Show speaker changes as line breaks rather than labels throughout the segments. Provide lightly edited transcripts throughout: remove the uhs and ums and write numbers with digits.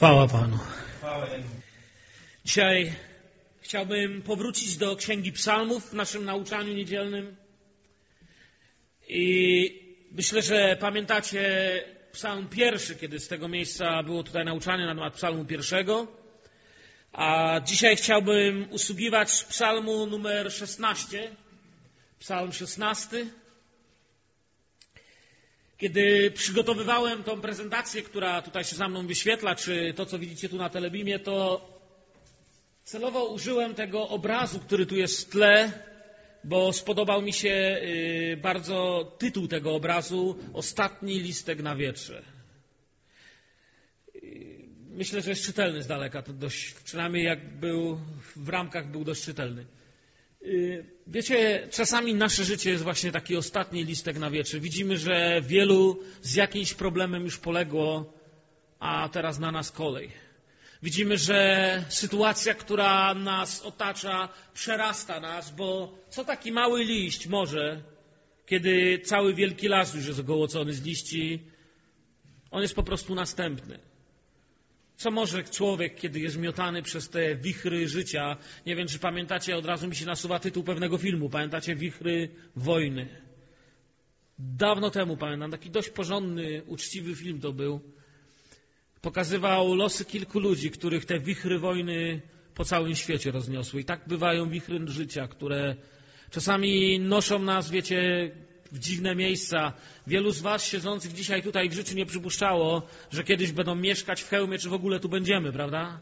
Chwała Panu. Dzisiaj chciałbym powrócić do Księgi Psalmów w naszym nauczaniu niedzielnym. I myślę, że pamiętacie Psalm 1, kiedy z tego miejsca było tutaj nauczanie na temat Psalmu 1. A dzisiaj chciałbym usługiwać Psalmu numer 16. Psalm 16. Kiedy przygotowywałem tą prezentację, która tutaj się za mną wyświetla, czy to, co widzicie tu na telebimie, to celowo użyłem tego obrazu, który tu jest w tle, bo spodobał mi się bardzo tytuł tego obrazu Ostatni listek na wietrze. Myślę, że jest czytelny z daleka, to dość, przynajmniej jak był w ramkach, był dość czytelny. Wiecie, czasami nasze życie jest właśnie taki ostatni listek na wietrze. Widzimy, że wielu z jakimś problemem już poległo, a teraz na nas kolej. Widzimy, że sytuacja, która nas otacza, przerasta nas, bo co taki mały liść może, kiedy cały wielki las już jest ogołocony z liści, on jest po prostu następny. Co może człowiek, kiedy jest miotany przez te wichry życia? Nie wiem, czy pamiętacie, od razu mi się nasuwa tytuł pewnego filmu. Pamiętacie Wichry wojny? Dawno temu pamiętam, taki dość porządny, uczciwy film to był. Pokazywał losy kilku ludzi, których te wichry wojny po całym świecie rozniosły. I tak bywają wichry życia, które czasami noszą nas, wiecie, w dziwne miejsca. Wielu z was siedzących dzisiaj tutaj w życiu nie przypuszczało, że kiedyś będą mieszkać w Chełmie, czy w ogóle tu będziemy, prawda?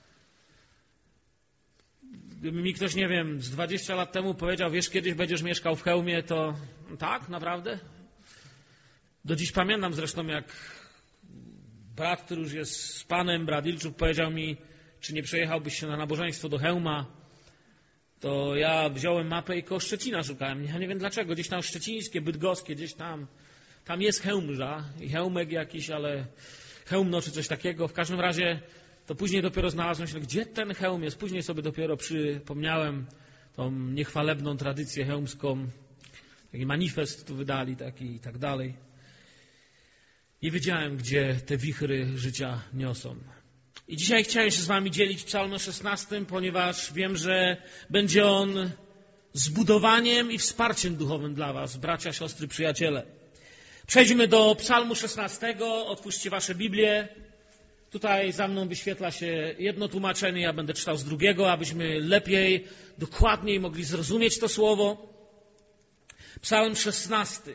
Gdyby mi ktoś, nie wiem, z 20 lat temu powiedział, wiesz, kiedyś będziesz mieszkał w Chełmie, to tak, naprawdę? Do dziś pamiętam zresztą, jak brat, który już jest z panem, brat Ilczuk, powiedział mi, czy nie przejechałbyś się na nabożeństwo do Chełma. To ja wziąłem mapę i koło Szczecina szukałem. Ja nie wiem dlaczego. Gdzieś tam szczecińskie, bydgoskie, gdzieś tam. Tam jest Chełmża i Chełmek jakiś, ale Chełmno czy coś takiego. W każdym razie to później dopiero znalazłem się, gdzie ten Chełm jest. Później sobie dopiero przypomniałem tą niechwalebną tradycję chełmską. Taki manifest tu wydali taki i tak dalej. I wiedziałem, gdzie te wichry życia niosą. I dzisiaj chciałem się z wami dzielić Psalmem 16, ponieważ wiem, że będzie on zbudowaniem i wsparciem duchowym dla was, bracia, siostry, przyjaciele. Przejdźmy do Psalmu 16. Otwórzcie wasze Biblię. Tutaj za mną wyświetla się jedno tłumaczenie, ja będę czytał z drugiego, abyśmy lepiej, dokładniej mogli zrozumieć to słowo. Psalm 16.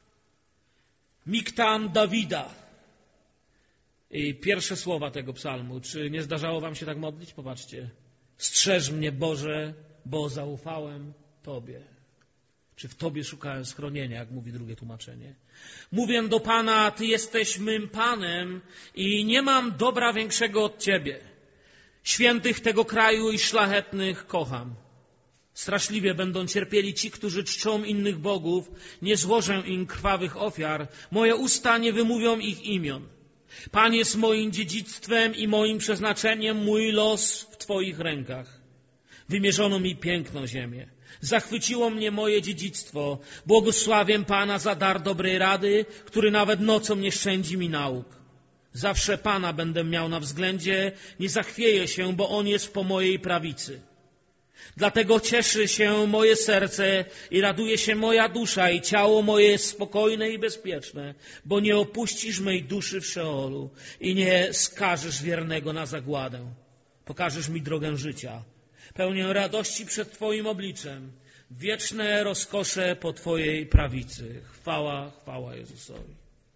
Miktam Dawida. I pierwsze słowa tego psalmu. Czy nie zdarzało wam się tak modlić? Popatrzcie. Strzeż mnie, Boże, bo zaufałem Tobie. Czy w Tobie szukałem schronienia, jak mówi drugie tłumaczenie. Mówię do Pana, Ty jesteś mym Panem i nie mam dobra większego od Ciebie. Świętych tego kraju i szlachetnych kocham. Straszliwie będą cierpieli ci, którzy czczą innych bogów. Nie złożę im krwawych ofiar. Moje usta nie wymówią ich imion. Pan jest moim dziedzictwem i moim przeznaczeniem, mój los w Twoich rękach. Wymierzono mi piękną ziemię. Zachwyciło mnie moje dziedzictwo. Błogosławię Pana za dar dobrej rady, który nawet nocą nie szczędzi mi nauk. Zawsze Pana będę miał na względzie, nie zachwieję się, bo On jest po mojej prawicy. Dlatego cieszy się moje serce i raduje się moja dusza i ciało moje jest spokojne i bezpieczne, bo nie opuścisz mej duszy w Szeolu i nie skażesz wiernego na zagładę. Pokażesz mi drogę życia. Pełnię radości przed Twoim obliczem. Wieczne rozkosze po Twojej prawicy. Chwała Jezusowi.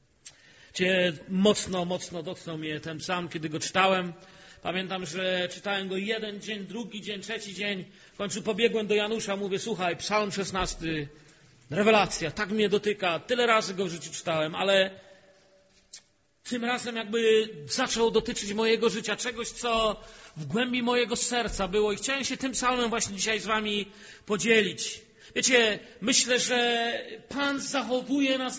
Mocno dotknął mnie ten psalm, kiedy go czytałem. Pamiętam, że czytałem go jeden dzień, drugi dzień, trzeci dzień. W końcu pobiegłem do Janusza, mówię, słuchaj, Psalm 16, rewelacja, tak mnie dotyka. Tyle razy go w życiu czytałem, ale tym razem jakby zaczął dotyczyć mojego życia, czegoś, co w głębi mojego serca było. I chciałem się tym psalmem właśnie dzisiaj z wami podzielić. Wiecie, myślę, że Pan zachowuje nas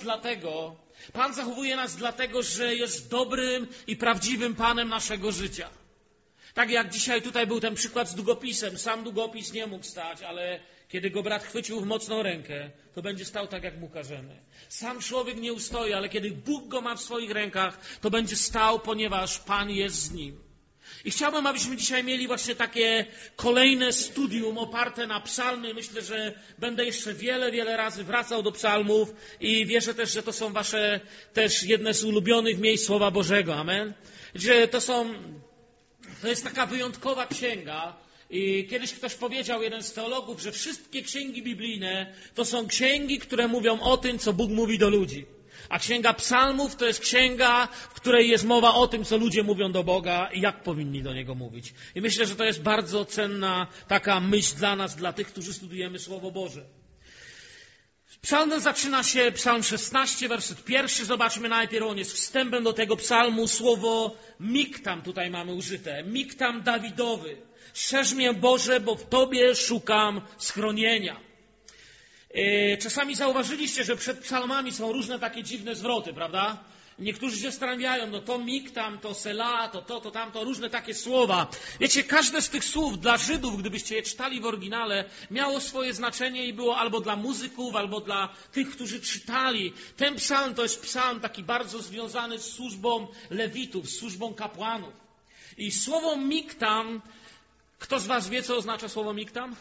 dlatego, że jest dobrym i prawdziwym Panem naszego życia. Tak jak dzisiaj tutaj był ten przykład z długopisem. Sam długopis nie mógł stać, ale kiedy go brat chwycił w mocną rękę, to będzie stał tak, jak mu każemy. Sam człowiek nie ustoi, ale kiedy Bóg go ma w swoich rękach, to będzie stał, ponieważ Pan jest z nim. I chciałbym, abyśmy dzisiaj mieli właśnie takie kolejne studium oparte na psalmy. Myślę, że będę jeszcze wiele razy wracał do psalmów i wierzę też, że to są wasze też jedne z ulubionych miejsc Słowa Bożego. Amen. Że to jest taka wyjątkowa księga. I kiedyś ktoś powiedział, jeden z teologów, że wszystkie księgi biblijne to są księgi, które mówią o tym, co Bóg mówi do ludzi. A księga psalmów to jest księga, w której jest mowa o tym, co ludzie mówią do Boga i jak powinni do Niego mówić. I myślę, że to jest bardzo cenna taka myśl dla nas, dla tych, którzy studujemy Słowo Boże. Psalmem zaczyna się psalm 16, werset 1. Zobaczmy najpierw, on jest wstępem do tego psalmu. Słowo miktam tutaj mamy użyte. Miktam Dawidowy. Szerz mnie, Boże, bo w Tobie szukam schronienia. Czasami zauważyliście, że przed psalmami są różne takie dziwne zwroty, prawda? Niektórzy się zastanawiają, no to miktam, to sela, to tamto, różne takie słowa. Wiecie, każde z tych słów dla Żydów, gdybyście je czytali w oryginale, miało swoje znaczenie i było albo dla muzyków, albo dla tych, którzy czytali. Ten psalm to jest psalm taki bardzo związany z służbą lewitów, z służbą kapłanów. I słowo miktam, kto z was wie, co oznacza słowo miktam?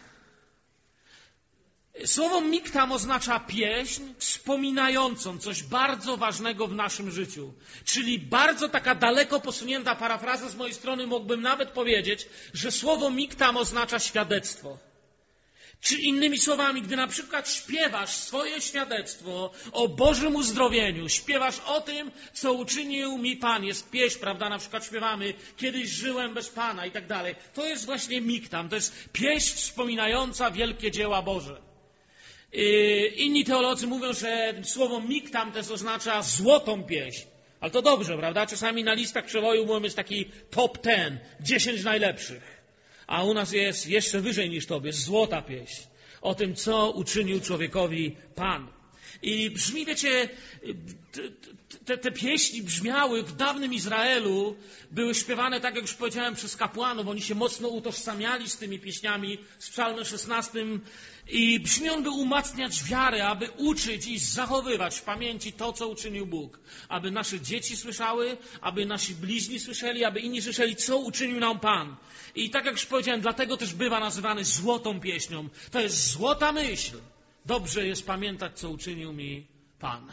Słowo miktam oznacza pieśń wspominającą coś bardzo ważnego w naszym życiu. Czyli bardzo taka daleko posunięta parafraza z mojej strony, mógłbym nawet powiedzieć, że słowo miktam oznacza świadectwo. Czy innymi słowami, gdy na przykład śpiewasz swoje świadectwo o Bożym uzdrowieniu, śpiewasz o tym, co uczynił mi Pan, jest pieśń, prawda, na przykład śpiewamy, kiedyś żyłem bez Pana i tak dalej. To jest właśnie miktam, to jest pieśń wspominająca wielkie dzieła Boże. Inni teolodzy mówią, że słowo miktam też oznacza złotą pieśń. Ale to dobrze, prawda? Czasami na listach przeboju mówią, jest taki top 10 najlepszych. A u nas jest jeszcze wyżej niż to, jest złota pieśń. O tym, co uczynił człowiekowi Pan. I brzmi, wiecie, te pieśni brzmiały w dawnym Izraelu, były śpiewane, tak jak już powiedziałem, przez kapłanów. Oni się mocno utożsamiali z tymi pieśniami, z psalmem 16. I brzmią, by umacniać wiarę, aby uczyć i zachowywać w pamięci to, co uczynił Bóg. Aby nasze dzieci słyszały, aby nasi bliźni słyszeli, aby inni słyszeli, co uczynił nam Pan. I tak jak już powiedziałem, dlatego też bywa nazywany złotą pieśnią. To jest złota myśl. Dobrze jest pamiętać, co uczynił mi Pan.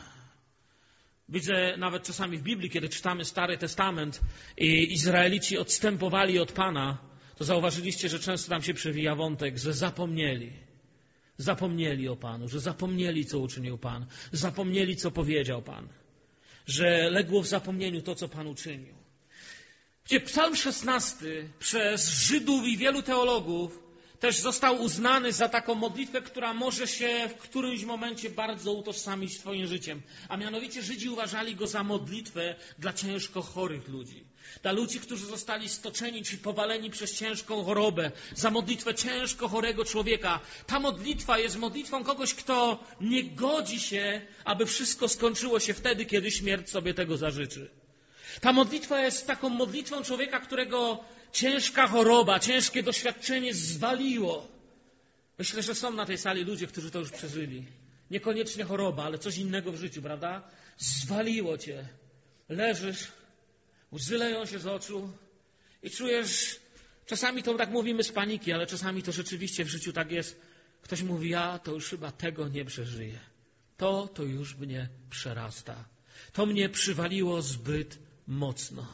Widzę nawet czasami w Biblii, kiedy czytamy Stary Testament i Izraelici odstępowali od Pana, to zauważyliście, że często tam się przewija wątek, że zapomnieli. Zapomnieli o Panu, że zapomnieli, co uczynił Pan. Zapomnieli, co powiedział Pan. Że legło w zapomnieniu to, co Pan uczynił. Gdzie Psalm 16 przez Żydów i wielu teologów też został uznany za taką modlitwę, która może się w którymś momencie bardzo utożsamić z twoim życiem. A mianowicie Żydzi uważali go za modlitwę dla ciężko chorych ludzi. Dla ludzi, którzy zostali stoczeni czy powaleni przez ciężką chorobę. Za modlitwę ciężko chorego człowieka. Ta modlitwa jest modlitwą kogoś, kto nie godzi się, aby wszystko skończyło się wtedy, kiedy śmierć sobie tego zażyczy. Ta modlitwa jest taką modlitwą człowieka, którego ciężka choroba, ciężkie doświadczenie zwaliło. Myślę, że są na tej sali ludzie, którzy to już przeżyli. Niekoniecznie choroba, ale coś innego w życiu, prawda? Zwaliło cię. Leżysz, łzy leją się z oczu i czujesz, czasami to tak mówimy z paniki, ale czasami to rzeczywiście w życiu tak jest. Ktoś mówi, ja to już chyba tego nie przeżyję. To już mnie przerasta. To mnie przywaliło zbyt mocno.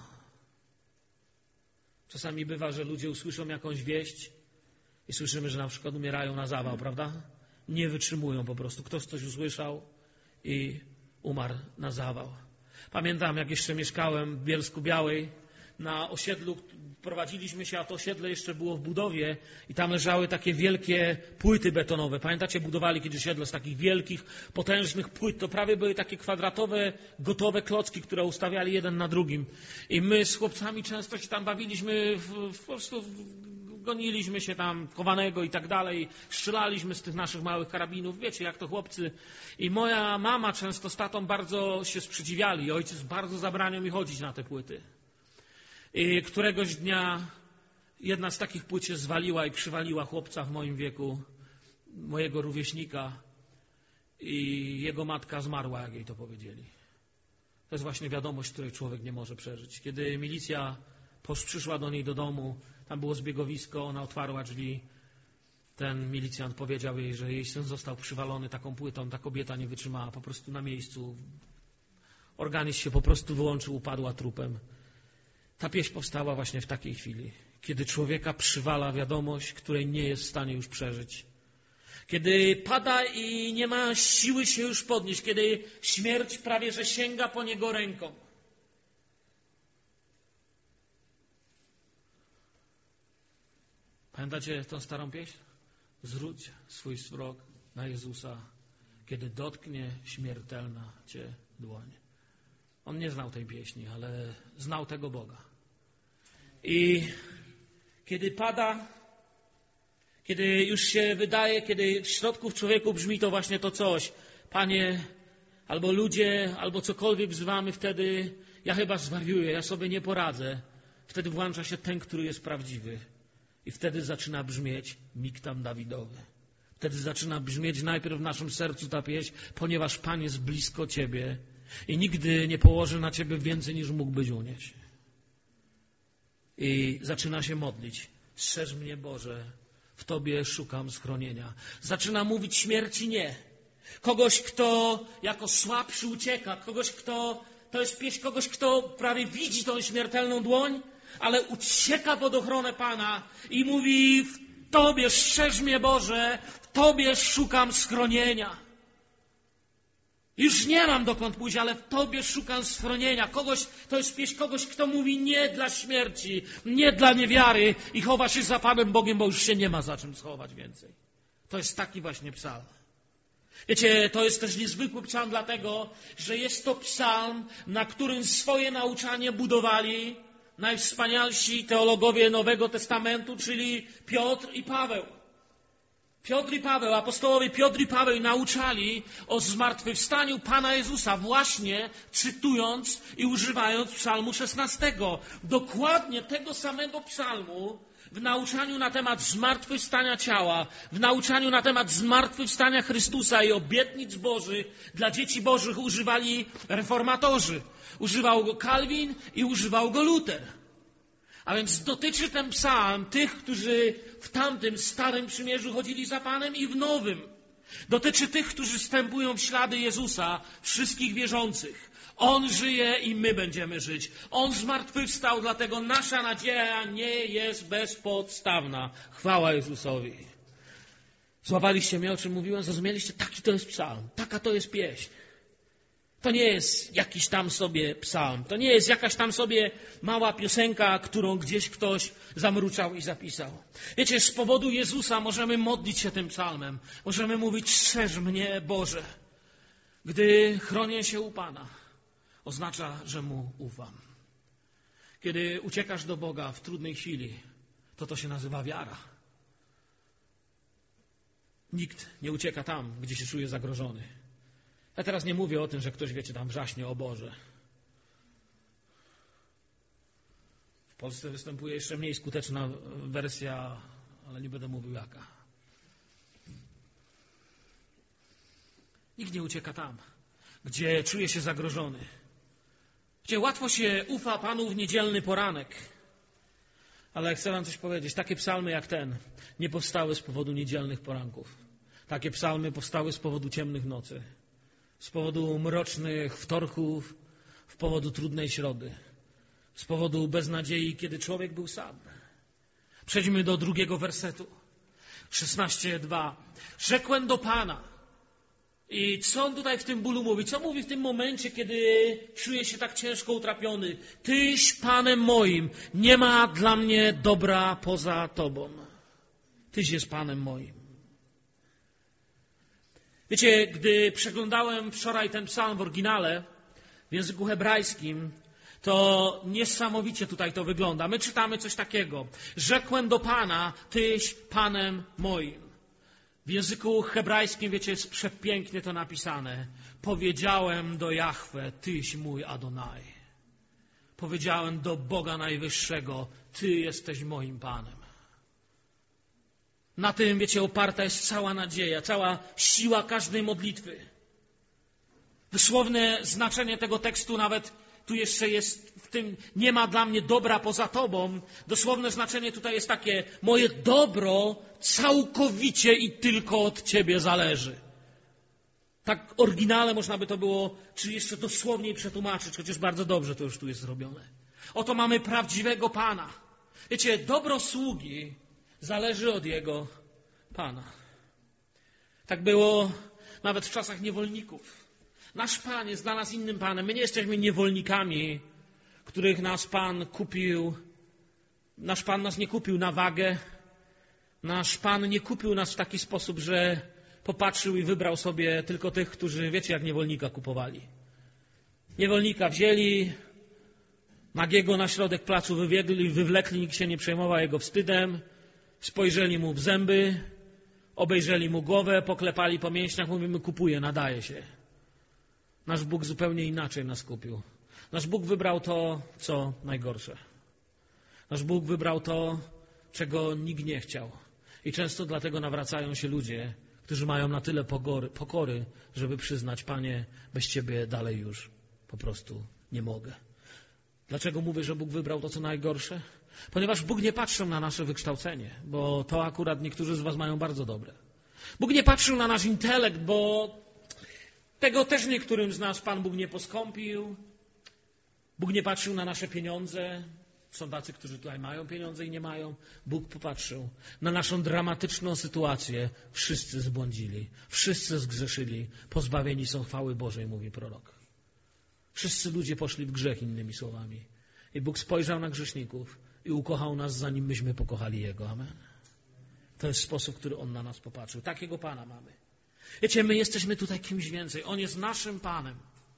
Czasami bywa, że ludzie usłyszą jakąś wieść i słyszymy, że na przykład umierają na zawał, prawda? Nie wytrzymują po prostu. Ktoś coś usłyszał i umarł na zawał. Pamiętam, jak jeszcze mieszkałem w Bielsku-Białej, na osiedlu prowadziliśmy się, a to osiedle jeszcze było w budowie i tam leżały takie wielkie płyty betonowe. Pamiętacie, budowali kiedyś osiedle z takich wielkich, potężnych płyt. To prawie były takie kwadratowe, gotowe klocki, które ustawiali jeden na drugim. I my z chłopcami często się tam bawiliśmy, po prostu goniliśmy się tam chowanego i tak dalej. Strzelaliśmy z tych naszych małych karabinów. Wiecie, jak to chłopcy. I moja mama często z tatą bardzo się sprzeciwiali. Ojciec bardzo zabraniał mi chodzić na te płyty. I któregoś dnia Jedna z takich płyt się zwaliła i przywaliła chłopca w moim wieku, mojego rówieśnika, i jego matka zmarła, jak jej to powiedzieli. To jest właśnie wiadomość, której człowiek nie może przeżyć. Kiedy milicja przyszła do niej do domu, tam było zbiegowisko, ona otwarła drzwi. Ten milicjant powiedział jej, że jej syn został przywalony taką płytą, ta kobieta nie wytrzymała, po prostu na miejscu. Organizm się po prostu wyłączył, upadła trupem. Ta pieśń powstała właśnie w takiej chwili, kiedy człowieka przywala wiadomość, której nie jest w stanie już przeżyć. Kiedy pada i nie ma siły się już podnieść, kiedy śmierć prawie że sięga po niego ręką. Pamiętacie tą starą pieśń? Zwróć swój wzrok na Jezusa, kiedy dotknie śmiertelna Cię dłoń. On nie znał tej pieśni, ale znał tego Boga. I kiedy pada, kiedy już się wydaje, kiedy w środku w człowieku brzmi to właśnie to coś, Panie, albo ludzie, albo cokolwiek wzywamy, wtedy ja chyba zwariuję, ja sobie nie poradzę. Wtedy włącza się ten, który jest prawdziwy. I wtedy zaczyna brzmieć miktam Dawidowy. Wtedy zaczyna brzmieć najpierw w naszym sercu ta pieśń, ponieważ Pan jest blisko Ciebie i nigdy nie położy na Ciebie więcej, niż mógłbyś unieść. I zaczyna się modlić. Strzeż mnie, Boże, w Tobie szukam schronienia. Zaczyna mówić śmierci nie. Kogoś, kto jako słabszy ucieka, to jest pieśń kogoś, kto prawie widzi tą śmiertelną dłoń, ale ucieka pod ochronę Pana i mówi: w Tobie strzeż mnie, Boże, w Tobie szukam schronienia. Już nie mam dokąd pójść, ale w Tobie szukam schronienia. To jest pieśń kogoś, kto mówi nie dla śmierci, nie dla niewiary i chowa się za Panem Bogiem, bo już się nie ma za czym schować więcej. To jest taki właśnie psalm. Wiecie, to jest też niezwykły psalm dlatego, że jest to psalm, na którym swoje nauczanie budowali najwspanialsi teologowie Nowego Testamentu, czyli Piotr i Paweł. Piotr i Paweł, apostołowie Piotr i Paweł nauczali o zmartwychwstaniu Pana Jezusa właśnie czytując i używając psalmu 16. Dokładnie tego samego psalmu w nauczaniu na temat zmartwychwstania ciała, w nauczaniu na temat zmartwychwstania Chrystusa i obietnic Bożych dla dzieci Bożych używali reformatorzy. Używał go Kalwin i używał go Luter. A więc dotyczy ten psalm tych, którzy w tamtym starym przymierzu chodzili za Panem i w nowym. Dotyczy tych, którzy wstępują w ślady Jezusa, wszystkich wierzących. On żyje i my będziemy żyć. On zmartwychwstał, dlatego nasza nadzieja nie jest bezpodstawna. Chwała Jezusowi. Złapaliście mnie, o czym mówiłem? Zrozumieliście? Taki to jest psalm. Taka to jest pieśń. To nie jest jakiś tam sobie psalm. To nie jest jakaś tam sobie mała piosenka, którą gdzieś ktoś zamruczał i zapisał. Wiecie, z powodu Jezusa możemy modlić się tym psalmem. Możemy mówić: strzeż mnie, Boże. Gdy chronię się u Pana, oznacza, że Mu ufam. Kiedy uciekasz do Boga w trudnej chwili, to się nazywa wiara. Nikt nie ucieka tam, gdzie się czuje zagrożony. Ja teraz nie mówię o tym, że ktoś, wiecie, tam wrzaśnie: o Boże. W Polsce występuje jeszcze mniej skuteczna wersja, ale nie będę mówił jaka. Nikt nie ucieka tam, gdzie czuje się zagrożony. Gdzie łatwo się ufa Panu w niedzielny poranek. Ale chcę wam coś powiedzieć. Takie psalmy jak ten nie powstały z powodu niedzielnych poranków. Takie psalmy powstały z powodu ciemnych nocy. Z powodu mrocznych wtorków, z powodu trudnej środy, z powodu beznadziei, kiedy człowiek był sam. Przejdźmy do 2 wersetu. 16:2. Rzekłem do Pana. I co on tutaj w tym bólu mówi? Co mówi w tym momencie, kiedy czuje się tak ciężko utrapiony? Tyś Panem moim, nie ma dla mnie dobra poza Tobą. Tyś jest Panem moim. Wiecie, gdy przeglądałem wczoraj ten psalm w oryginale, w języku hebrajskim, to niesamowicie tutaj to wygląda. My czytamy coś takiego. Rzekłem do Pana, Tyś Panem moim. W języku hebrajskim, wiecie, jest przepięknie to napisane. Powiedziałem do Jahwe, Tyś mój Adonai. powiedziałem do Boga Najwyższego, Ty jesteś moim Panem. Na tym, wiecie, oparta jest cała nadzieja, cała siła każdej modlitwy. Dosłowne znaczenie tego tekstu nawet tu jeszcze jest w tym, nie ma dla mnie dobra poza Tobą. Dosłowne znaczenie tutaj jest takie, moje dobro całkowicie i tylko od Ciebie zależy. Tak w oryginale można by to było, czy jeszcze dosłowniej przetłumaczyć, chociaż bardzo dobrze to już tu jest zrobione. Oto mamy prawdziwego Pana. Wiecie, dobro sługi zależy od jego Pana. Tak było nawet w czasach niewolników. Nasz Pan jest dla nas innym Panem. My nie jesteśmy niewolnikami, których nas Pan kupił. Nasz Pan nas nie kupił na wagę. Nasz Pan nie kupił nas w taki sposób, że popatrzył i wybrał sobie tylko tych, którzy, wiecie, jak niewolnika kupowali. Niewolnika wzięli, nagiego na środek placu wywlekli, nikt się nie przejmował jego wstydem, spojrzeli mu w zęby, obejrzeli mu głowę, poklepali po mięśniach, mówimy, kupuję, nadaje się. Nasz Bóg zupełnie inaczej nas kupił. Nasz Bóg wybrał to, co najgorsze. Nasz Bóg wybrał to, czego nikt nie chciał. I często dlatego nawracają się ludzie, którzy mają na tyle pokory, żeby przyznać, Panie, bez Ciebie dalej już po prostu nie mogę. Dlaczego mówię, że Bóg wybrał to, co najgorsze? Ponieważ Bóg nie patrzył na nasze wykształcenie, bo to akurat niektórzy z was mają bardzo dobre. Bóg nie patrzył na nasz intelekt, bo tego też niektórym z nas Pan Bóg nie poskąpił. Bóg nie patrzył na nasze pieniądze. Są tacy, którzy tutaj mają pieniądze i nie mają. Bóg popatrzył na naszą dramatyczną sytuację. Wszyscy zbłądzili, wszyscy zgrzeszyli, pozbawieni są chwały Bożej, mówi prorok. Wszyscy ludzie poszli w grzech, innymi słowami. I Bóg spojrzał na grzeszników i ukochał nas, zanim myśmy pokochali Jego. Amen. To jest sposób, w który On na nas popatrzył. Takiego Pana mamy. Wiecie, my jesteśmy tutaj kimś więcej. On jest naszym Panem.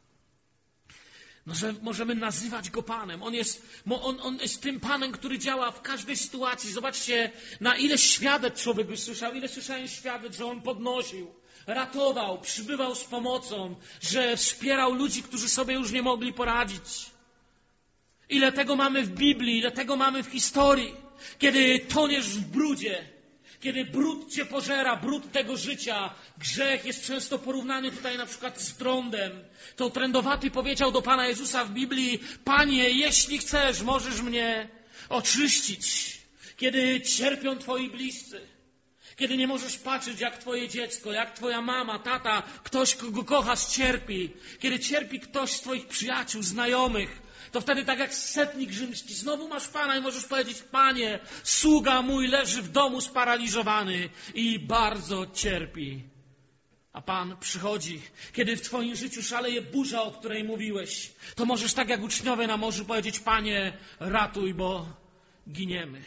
No, że możemy nazywać Go Panem. On jest tym Panem, który działa w każdej sytuacji. Zobaczcie, na ile świadectw człowiek by słyszał, ile słyszałem świadectw, że On podnosił, ratował, przybywał z pomocą, że wspierał ludzi, którzy sobie już nie mogli poradzić. Ile tego mamy w Biblii, ile tego mamy w historii. Kiedy toniesz w brudzie, kiedy brud cię pożera, brud tego życia, grzech jest często porównany tutaj na przykład z trądem. To trędowaty powiedział do Pana Jezusa w Biblii, Panie, jeśli chcesz, możesz mnie oczyścić. Kiedy cierpią twoi bliscy, kiedy nie możesz patrzeć, jak twoje dziecko, jak twoja mama, tata, ktoś, kogo kochasz, cierpi. Kiedy cierpi ktoś z twoich przyjaciół, znajomych, to wtedy tak jak setnik rzymski, znowu masz Pana i możesz powiedzieć, Panie, sługa mój leży w domu sparaliżowany i bardzo cierpi. A Pan przychodzi, kiedy w twoim życiu szaleje burza, o której mówiłeś, to możesz tak jak uczniowie na morzu powiedzieć, Panie, ratuj, bo giniemy.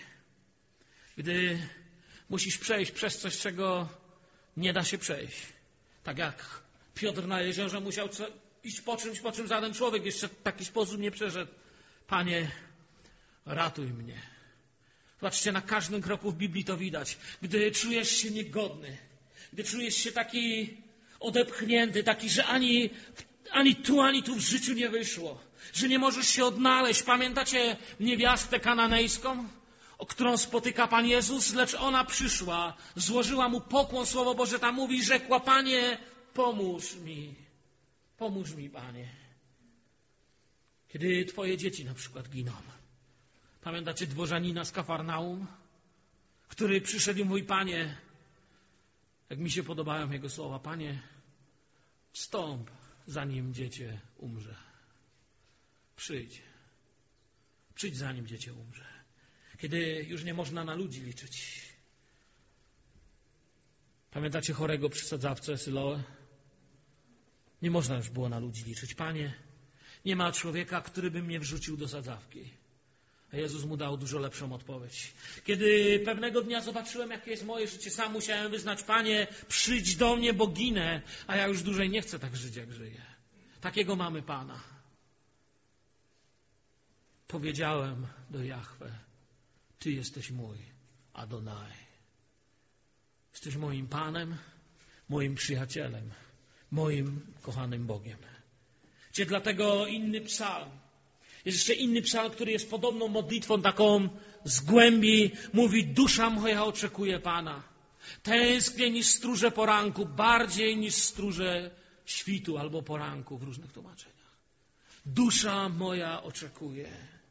Gdy musisz przejść przez coś, czego nie da się przejść. Tak jak Piotr na jeziorze musiał iść po czym żaden człowiek jeszcze w taki sposób nie przeszedł. Panie, ratuj mnie. Zobaczcie, na każdym kroku w Biblii to widać. Gdy czujesz się niegodny, gdy czujesz się taki odepchnięty, taki, że ani tu w życiu nie wyszło, że nie możesz się odnaleźć. Pamiętacie niewiastę kananejską, o którą spotyka Pan Jezus? Lecz ona przyszła, złożyła Mu pokłon, Słowo Boże tam mówi, rzekła, Panie, pomóż mi. Pomóż mi, Panie. Kiedy twoje dzieci na przykład giną. Pamiętacie dworzanina z Kafarnaum, który przyszedł i mówi, Panie, jak mi się podobają jego słowa, Panie, wstąp, zanim dziecię umrze. Przyjdź. Przyjdź, zanim dziecię umrze. Kiedy już nie można na ludzi liczyć. Pamiętacie chorego przy sadzawce Syloe? Nie można już było na ludzi liczyć. Panie, nie ma człowieka, który by mnie wrzucił do sadzawki. A Jezus mu dał dużo lepszą odpowiedź. Kiedy pewnego dnia zobaczyłem, jakie jest moje życie, sam musiałem wyznać, Panie, przyjdź do mnie, bo ginę, a ja już dłużej nie chcę tak żyć, jak żyję. Takiego mamy Pana. Powiedziałem do Jahwe, Ty jesteś mój Adonai. Jesteś moim Panem, moim przyjacielem, moim kochanym Bogiem. Dlatego inny psalm Jest jeszcze inny psalm, który jest podobną modlitwą taką z głębi. Mówi: dusza moja oczekuje Pana. Tęsknię niż stróże poranku, bardziej niż stróże świtu albo poranku w różnych tłumaczeniach. Dusza moja oczekuje.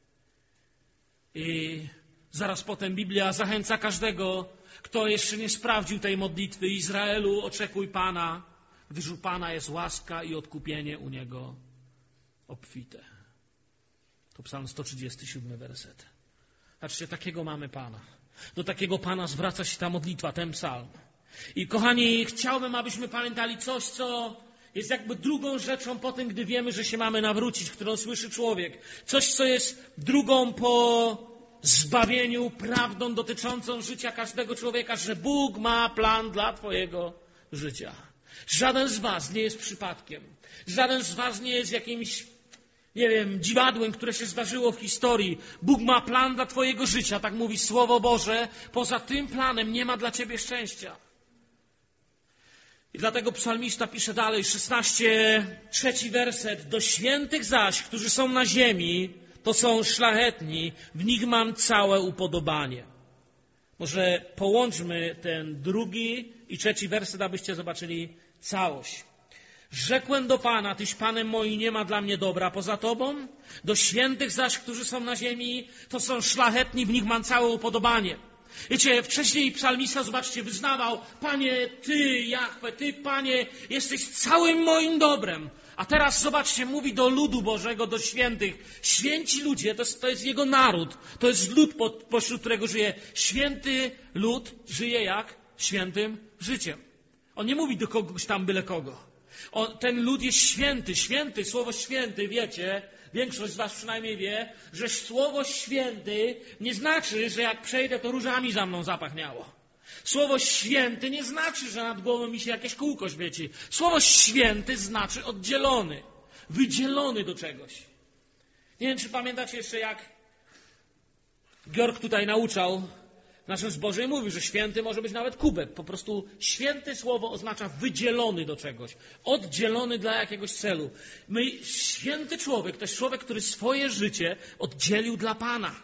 I zaraz potem Biblia zachęca każdego, kto jeszcze nie sprawdził tej modlitwy: Izraelu, oczekuj Pana, gdyż u Pana jest łaska i odkupienie u Niego obfite. To Psalm 137, werset. Patrzcie, takiego mamy Pana. Do takiego Pana zwraca się ta modlitwa, ten psalm. I kochani, chciałbym, abyśmy pamiętali coś, co jest jakby drugą rzeczą po tym, gdy wiemy, że się mamy nawrócić, którą słyszy człowiek. Coś, co jest drugą po zbawieniu, prawdą dotyczącą życia każdego człowieka, że Bóg ma plan dla twojego życia. Żaden z was nie jest przypadkiem. Żaden z was nie jest jakimś, nie wiem, dziwadłem, które się zdarzyło w historii. Bóg ma plan dla twojego życia, tak mówi Słowo Boże. Poza tym planem nie ma dla ciebie szczęścia. I dlatego psalmista pisze dalej, 3 werset. Do świętych zaś, którzy są na ziemi, to są szlachetni, w nich mam całe upodobanie. Może połączmy ten 2 i 3 werset, abyście zobaczyli całość. Rzekłem do Pana, Tyś Panem moim, nie ma dla mnie dobra poza Tobą. Do świętych zaś, którzy są na ziemi, to są szlachetni, w nich mam całe upodobanie. Wiecie, wcześniej psalmista, zobaczcie, wyznawał: Panie, Ty, Jahwe, Ty, Panie, jesteś całym moim dobrem. A teraz, zobaczcie, mówi do ludu Bożego, do świętych. Święci ludzie, to jest Jego naród. To jest lud, pośród którego żyje. Święty lud żyje jak? Świętym życiem. On nie mówi do kogoś tam byle kogo. Ten lud jest święty. Święty, słowo święty, wiecie, większość z was przynajmniej wie, że słowo święty nie znaczy, że jak przejdę, to różami za mną zapachniało. Słowo święty nie znaczy, że nad głową mi się jakieś kółko świeci. Słowo święty znaczy oddzielony, wydzielony do czegoś. Nie wiem, czy pamiętacie jeszcze, jak Georg tutaj nauczał w naszym zborze i mówił, że święty może być nawet kubek. Po prostu święte słowo oznacza wydzielony do czegoś, oddzielony dla jakiegoś celu. Święty człowiek to jest człowiek, który swoje życie oddzielił dla Pana.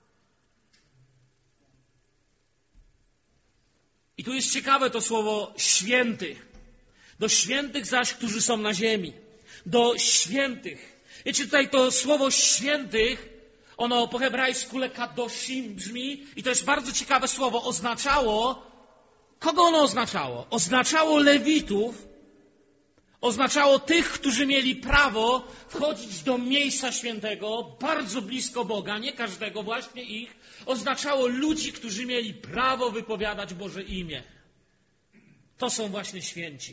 I tu jest ciekawe to słowo święty. Do świętych zaś, którzy są na ziemi. Do świętych. Wiecie, tutaj to słowo świętych, ono po hebrajsku lekadoshim brzmi i to jest bardzo ciekawe słowo. Kogo ono oznaczało? Oznaczało Lewitów, oznaczało tych, którzy mieli prawo wchodzić do miejsca świętego, bardzo blisko Boga, nie każdego, właśnie ich. Oznaczało ludzi, którzy mieli prawo wypowiadać Boże imię. To są właśnie święci.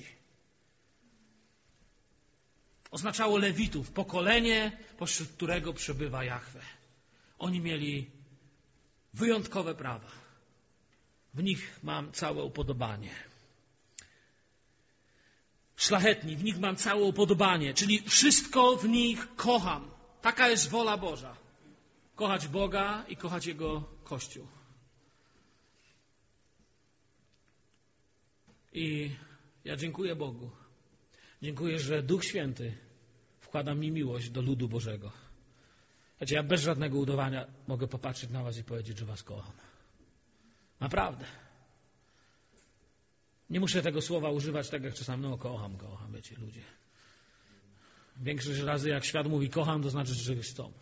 Oznaczało Lewitów, pokolenie, pośród którego przebywa Jahwe. Oni mieli wyjątkowe prawa. W nich mam całe upodobanie. Szlachetni, w nich mam całe upodobanie, czyli wszystko w nich kocham. Taka jest wola Boża. Kochać Boga i kochać Jego Kościół. I ja dziękuję Bogu. Dziękuję, że Duch Święty wkłada mi miłość do ludu Bożego. Wiecie, ja bez żadnego udawania mogę popatrzeć na was i powiedzieć, że was kocham. Naprawdę. Nie muszę tego słowa używać tak jak czasami, no kocham, wiecie, ludzie. Większość razy jak świat mówi kocham, to znaczy, że czegoś chcą.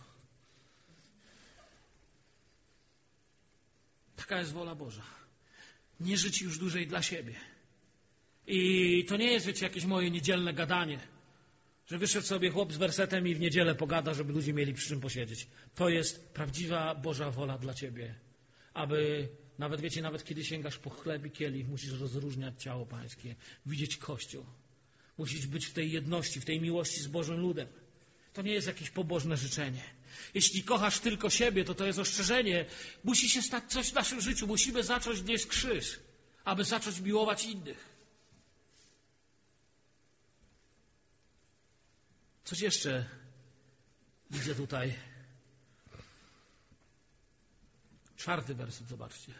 Taka jest wola Boża. Nie żyć już dłużej dla siebie. I to nie jest, wiecie, jakieś moje niedzielne gadanie, że wyszedł sobie chłop z wersetem i w niedzielę pogada, żeby ludzie mieli przy czym posiedzieć. To jest prawdziwa Boża wola dla ciebie. Aby, nawet wiecie, nawet kiedy sięgasz po chleb i kielich, musisz rozróżniać ciało Pańskie, widzieć Kościół. Musisz być w tej jedności, w tej miłości z Bożym ludem. To nie jest jakieś pobożne życzenie. Jeśli kochasz tylko siebie, to jest ostrzeżenie. Musi się stać coś w naszym życiu. Musimy zacząć nieść krzyż, aby zacząć miłować innych. Coś jeszcze widzę tutaj. 4 werset, zobaczcie.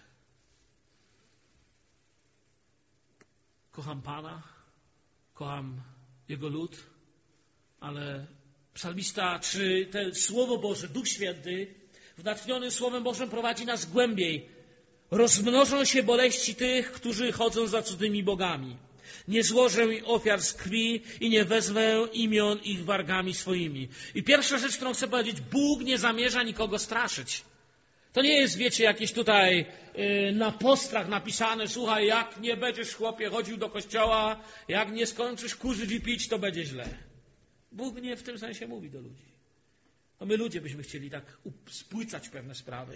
Kocham Pana, kocham Jego lud, ale Psalmista, czy to Słowo Boże, Duch Święty, natchniony Słowem Bożym prowadzi nas głębiej. Rozmnożą się boleści tych, którzy chodzą za cudzymi bogami. Nie złożę im ofiar z krwi i nie wezmę imion ich wargami swoimi. I pierwsza rzecz, którą chcę powiedzieć, Bóg nie zamierza nikogo straszyć. To nie jest, wiecie, jakieś tutaj na postrach napisane, słuchaj, jak nie będziesz, chłopie, chodził do kościoła, jak nie skończysz kurzyć i pić, to będzie źle. Bóg nie w tym sensie mówi do ludzi. To my ludzie byśmy chcieli tak spłycać pewne sprawy.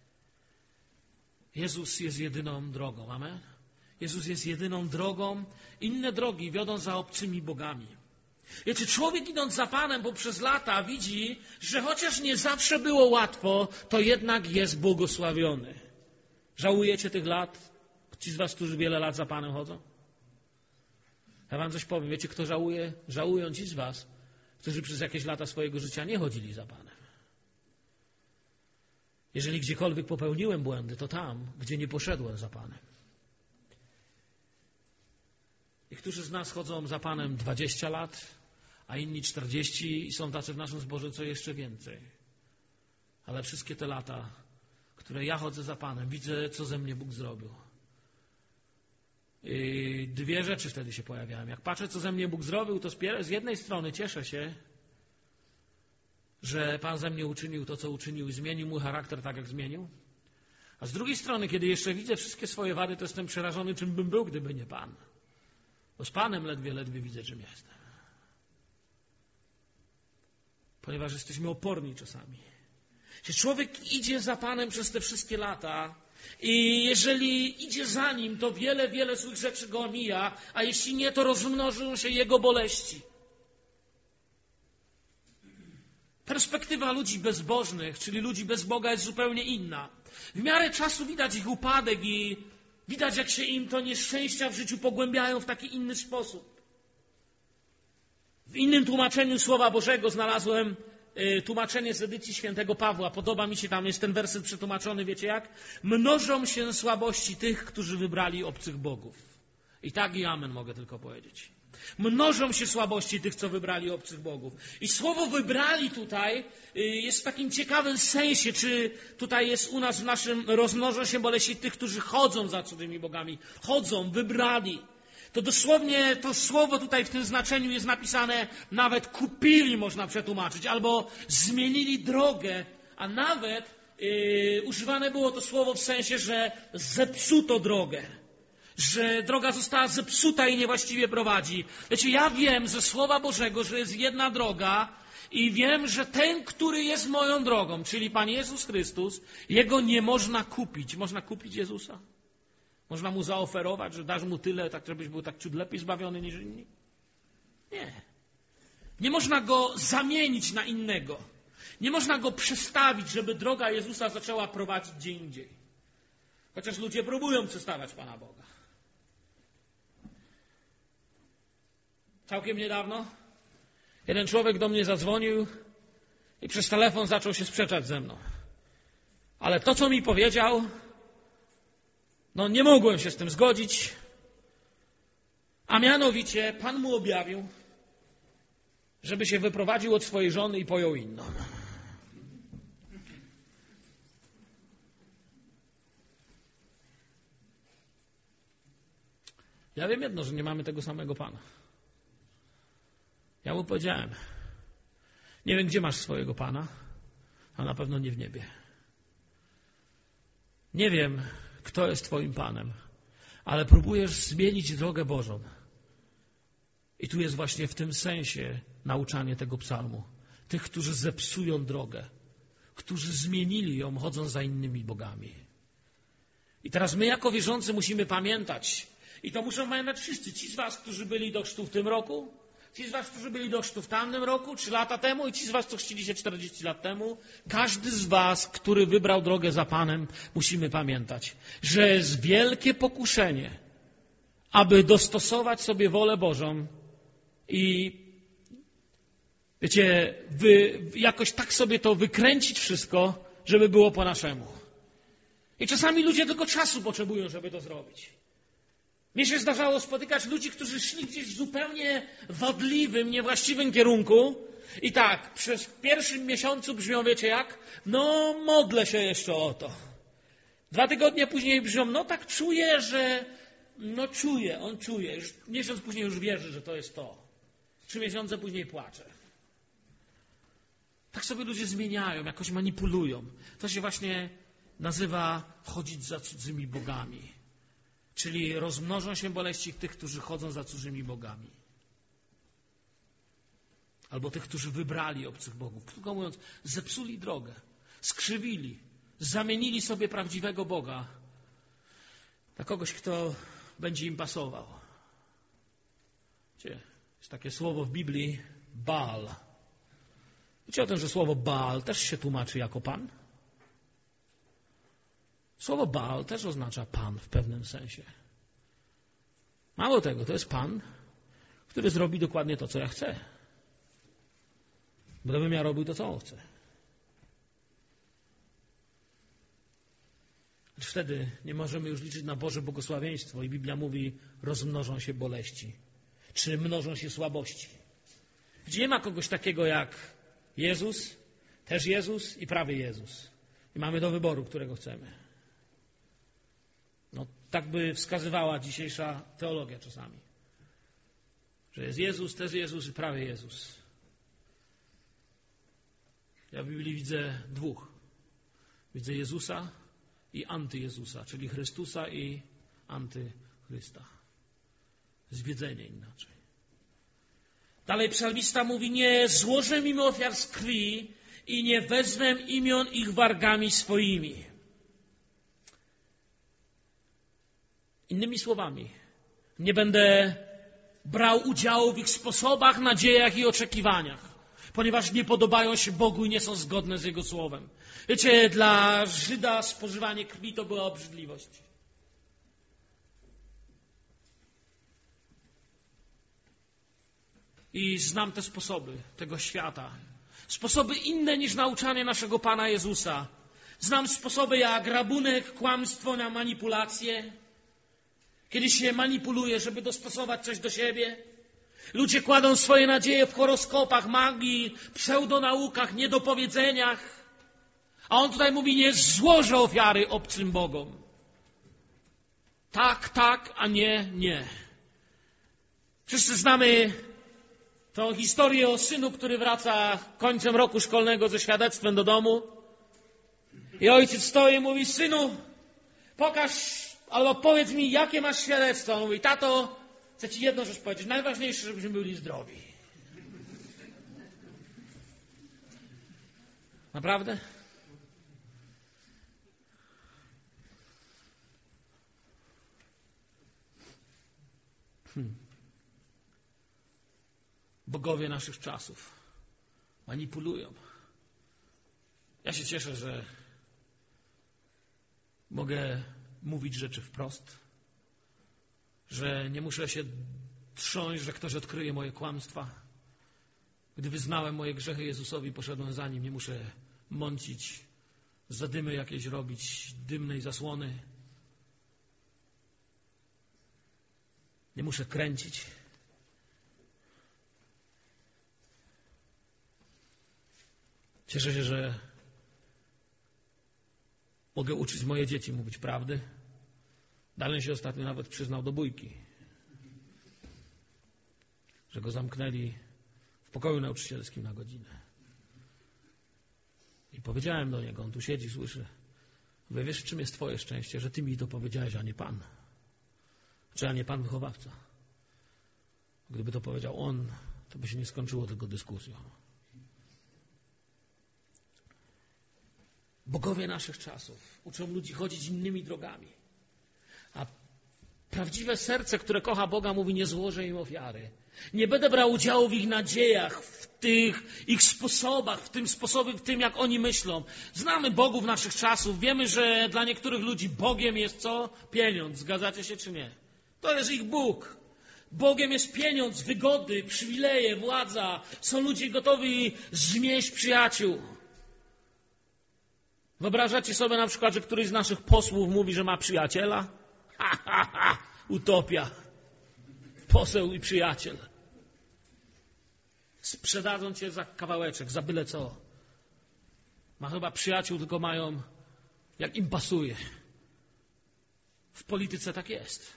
Jezus jest jedyną drogą. Amen? Jezus jest jedyną drogą. Inne drogi wiodą za obcymi bogami. Wiecie, człowiek idąc za Panem poprzez lata widzi, że chociaż nie zawsze było łatwo, to jednak jest błogosławiony. Żałujecie tych lat? Ci z was, którzy wiele lat za Panem chodzą? Ja wam coś powiem. Wiecie, kto żałuje? Żałują ci z was, którzy przez jakieś lata swojego życia nie chodzili za Panem. Jeżeli gdziekolwiek popełniłem błędy, to tam, gdzie nie poszedłem za Panem. Niektórzy z nas chodzą za Panem 20 lat, a inni 40 i są tacy w naszym zborze, co jeszcze więcej. Ale wszystkie te lata, które ja chodzę za Panem, widzę, co ze mnie Bóg zrobił. I dwie rzeczy wtedy się pojawiają. Jak patrzę, co ze mnie Bóg zrobił, to z jednej strony cieszę się, że Pan ze mnie uczynił to, co uczynił i zmienił mój charakter tak, jak zmienił. A z drugiej strony, kiedy jeszcze widzę wszystkie swoje wady, to jestem przerażony, czym bym był, gdyby nie Pan. Bo z Panem ledwie widzę, czym jestem. Ponieważ jesteśmy oporni czasami. Jeśli człowiek idzie za Panem przez te wszystkie lata i jeżeli idzie za Nim, to wiele złych rzeczy go omija, a jeśli nie, to rozmnożą się jego boleści. Perspektywa ludzi bezbożnych, czyli ludzi bez Boga, jest zupełnie inna. W miarę czasu widać ich upadek i widać, jak się im to nieszczęścia w życiu pogłębiają w taki inny sposób. W innym tłumaczeniu Słowa Bożego znalazłem tłumaczenie z edycji świętego Pawła. Podoba mi się, tam jest ten werset przetłumaczony, wiecie jak? Mnożą się słabości tych, którzy wybrali obcych bogów. I tak i amen mogę tylko powiedzieć. Mnożą się słabości tych, co wybrali obcych bogów. I słowo wybrali tutaj jest w takim ciekawym sensie, czy tutaj jest u nas w naszym rozmnożą się boleści tych, którzy chodzą za cudzymi bogami. Chodzą, wybrali. To dosłownie to słowo tutaj w tym znaczeniu jest napisane, nawet kupili można przetłumaczyć, albo zmienili drogę, a nawet używane było to słowo w sensie, że zepsuto drogę. Że droga została zepsuta i niewłaściwie prowadzi. Wiecie, ja wiem ze Słowa Bożego, że jest jedna droga i wiem, że ten, który jest moją drogą, czyli Pan Jezus Chrystus, Jego nie można kupić. Można kupić Jezusa? Można Mu zaoferować, że dasz Mu tyle, tak żebyś był tak ciut lepiej zbawiony niż inni? Nie. Nie można Go zamienić na innego. Nie można Go przestawić, żeby droga Jezusa zaczęła prowadzić gdzie indziej. Chociaż ludzie próbują przestawiać Pana Boga. Całkiem niedawno jeden człowiek do mnie zadzwonił i przez telefon zaczął się sprzeczać ze mną. Ale to, co mi powiedział, nie mogłem się z tym zgodzić. A mianowicie Pan mu objawił, żeby się wyprowadził od swojej żony i pojął inną. Ja wiem jedno, że nie mamy tego samego Pana. Ja mu powiedziałem, nie wiem, gdzie masz swojego Pana, a na pewno nie w niebie. Nie wiem, kto jest Twoim Panem, ale próbujesz zmienić drogę Bożą. I tu jest właśnie w tym sensie nauczanie tego psalmu. Tych, którzy zepsują drogę, którzy zmienili ją, chodząc za innymi bogami. I teraz my jako wierzący musimy pamiętać, i to muszą pamiętać wszyscy, ci z was, którzy byli do chrztu w tym roku, ci z was, którzy byli do chrztu w tamtym roku, 3 lata temu i ci z was, co chrzcili się 40 lat temu. Każdy z was, który wybrał drogę za Panem, musimy pamiętać, że jest wielkie pokuszenie, aby dostosować sobie wolę Bożą i wiecie, jakoś tak sobie to wykręcić wszystko, żeby było po naszemu. I czasami ludzie tylko czasu potrzebują, żeby to zrobić. Mnie się zdarzało spotykać ludzi, którzy szli gdzieś w zupełnie wadliwym, niewłaściwym kierunku. I tak, przez pierwszym miesiącu brzmią, wiecie jak? No, modlę się jeszcze o to. 2 tygodnie później brzmią, no tak czuję, że... No czuję, on czuje. Już miesiąc później już wierzy, że to jest to. 3 miesiące później płacze. Tak sobie ludzie zmieniają, jakoś manipulują. To się właśnie nazywa chodzić za cudzymi bogami. Czyli rozmnożą się boleści tych, którzy chodzą za cudzymi bogami. Albo tych, którzy wybrali obcych bogów. Krótko mówiąc, zepsuli drogę, skrzywili, zamienili sobie prawdziwego Boga na kogoś, kto będzie im pasował. Wiecie, jest takie słowo w Biblii, Baal. Wiecie o tym, że słowo Baal też się tłumaczy jako Pan? Słowo Baal też oznacza Pan w pewnym sensie. Mało tego, to jest Pan, który zrobi dokładnie to, co ja chcę. Gdybym ja robił to, co on chce. Wtedy nie możemy już liczyć na Boże błogosławieństwo i Biblia mówi, rozmnożą się boleści, czy mnożą się słabości. Gdzie nie ma kogoś takiego jak Jezus, też Jezus i prawie Jezus. I mamy do wyboru, którego chcemy. No, tak by wskazywała dzisiejsza teologia czasami. Że jest Jezus, też Jezus i prawie Jezus. Ja w Biblii widzę dwóch. Widzę Jezusa i antyjezusa, czyli Chrystusa i antychrysta. Zwiedzenie inaczej. Dalej psalmista mówi, nie złożę im ofiar z krwi i nie wezmę imion ich wargami swoimi. Innymi słowami, nie będę brał udziału w ich sposobach, nadziejach i oczekiwaniach, ponieważ nie podobają się Bogu i nie są zgodne z Jego słowem. Wiecie, dla Żyda spożywanie krwi to była obrzydliwość. I znam te sposoby tego świata. Sposoby inne niż nauczanie naszego Pana Jezusa. Znam sposoby jak rabunek, kłamstwo, na manipulację. Kiedy się manipuluje, żeby dostosować coś do siebie. Ludzie kładą swoje nadzieje w horoskopach, magii, pseudonaukach, niedopowiedzeniach. A on tutaj mówi, nie złożę ofiary obcym bogom. Tak, tak, a nie, nie. Wszyscy znamy tą historię o synu, który wraca końcem roku szkolnego ze świadectwem do domu. I ojciec stoi i mówi, synu, pokaż albo powiedz mi, jakie masz świadectwo. On mówi, tato, chcę ci jedną rzecz powiedzieć. Najważniejsze, żebyśmy byli zdrowi. Naprawdę? Bogowie naszych czasów manipulują. Ja się cieszę, że mogę mówić rzeczy wprost, że nie muszę się trząść, że ktoś odkryje moje kłamstwa. Gdy wyznałem moje grzechy Jezusowi, poszedłem za Nim, nie muszę mącić, zadymy jakieś robić, dymnej zasłony. Nie muszę kręcić. Cieszę się, że mogę uczyć moje dzieci mówić prawdy. Dalen się ostatnio nawet przyznał do bójki. Że go zamknęli w pokoju nauczycielskim na godzinę. I powiedziałem do niego, on tu siedzi, słyszy. Mówię, wiesz, czym jest twoje szczęście, że ty mi to powiedziałeś, a nie Pan. Czy a nie Pan wychowawca. Gdyby to powiedział on, to by się nie skończyło tylko dyskusją. Bogowie naszych czasów uczą ludzi chodzić innymi drogami. A prawdziwe serce, które kocha Boga, mówi, nie złożę im ofiary. Nie będę brał udziału w ich nadziejach, w tych ich sposobach, w tym sposobie, w tym, jak oni myślą. Znamy bogów naszych czasów. Wiemy, że dla niektórych ludzi Bogiem jest co? Pieniądz. Zgadzacie się czy nie? To jest ich Bóg. Bogiem jest pieniądz, wygody, przywileje, władza. Są ludzie gotowi zmieść przyjaciół. Wyobrażacie sobie na przykład, że któryś z naszych posłów mówi, że ma przyjaciela? Utopia. Poseł i przyjaciel. Sprzedadzą cię za kawałeczek, za byle co. Ma chyba przyjaciół, tylko mają jak im pasuje. W polityce tak jest.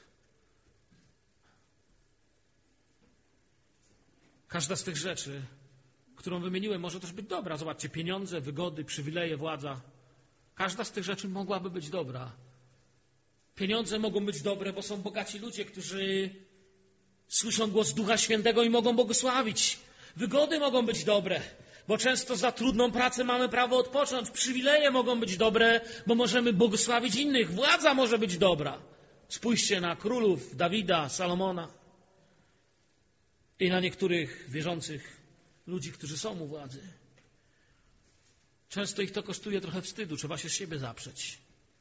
Każda z tych rzeczy, którą wymieniłem, może też być dobra. Zobaczcie, pieniądze, wygody, przywileje, władza. Każda z tych rzeczy mogłaby być dobra. Pieniądze mogą być dobre, bo są bogaci ludzie, którzy słyszą głos Ducha Świętego i mogą błogosławić. Wygody mogą być dobre, bo często za trudną pracę mamy prawo odpocząć. Przywileje mogą być dobre, bo możemy błogosławić innych. Władza może być dobra. Spójrzcie na królów Dawida, Salomona i na niektórych wierzących ludzi, którzy są u władzy. Często ich to kosztuje trochę wstydu, trzeba się z siebie zaprzeć.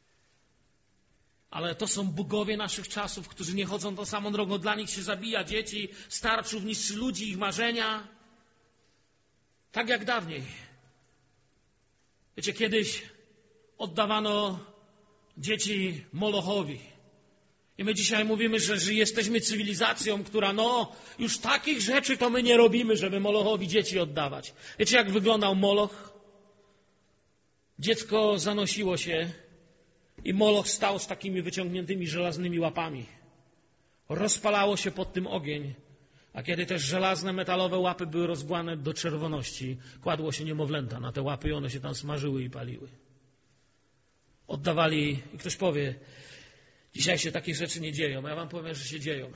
Ale to są bogowie naszych czasów, którzy nie chodzą tą samą drogą. Dla nich się zabija dzieci, starczów, niszczy ludzi, ich marzenia. Tak jak dawniej. Wiecie, kiedyś oddawano dzieci Molochowi. I my dzisiaj mówimy, że jesteśmy cywilizacją, która już takich rzeczy to my nie robimy, żeby Molochowi dzieci oddawać. Wiecie, jak wyglądał Moloch? Dziecko zanosiło się i Moloch stał z takimi wyciągniętymi żelaznymi łapami. Rozpalało się pod tym ogień, a kiedy też żelazne, metalowe łapy były rozbłane do czerwoności, kładło się niemowlęta na te łapy i one się tam smażyły i paliły. Oddawali, i ktoś powie, dzisiaj się takie rzeczy nie dzieją, a ja wam powiem, że się dzieją.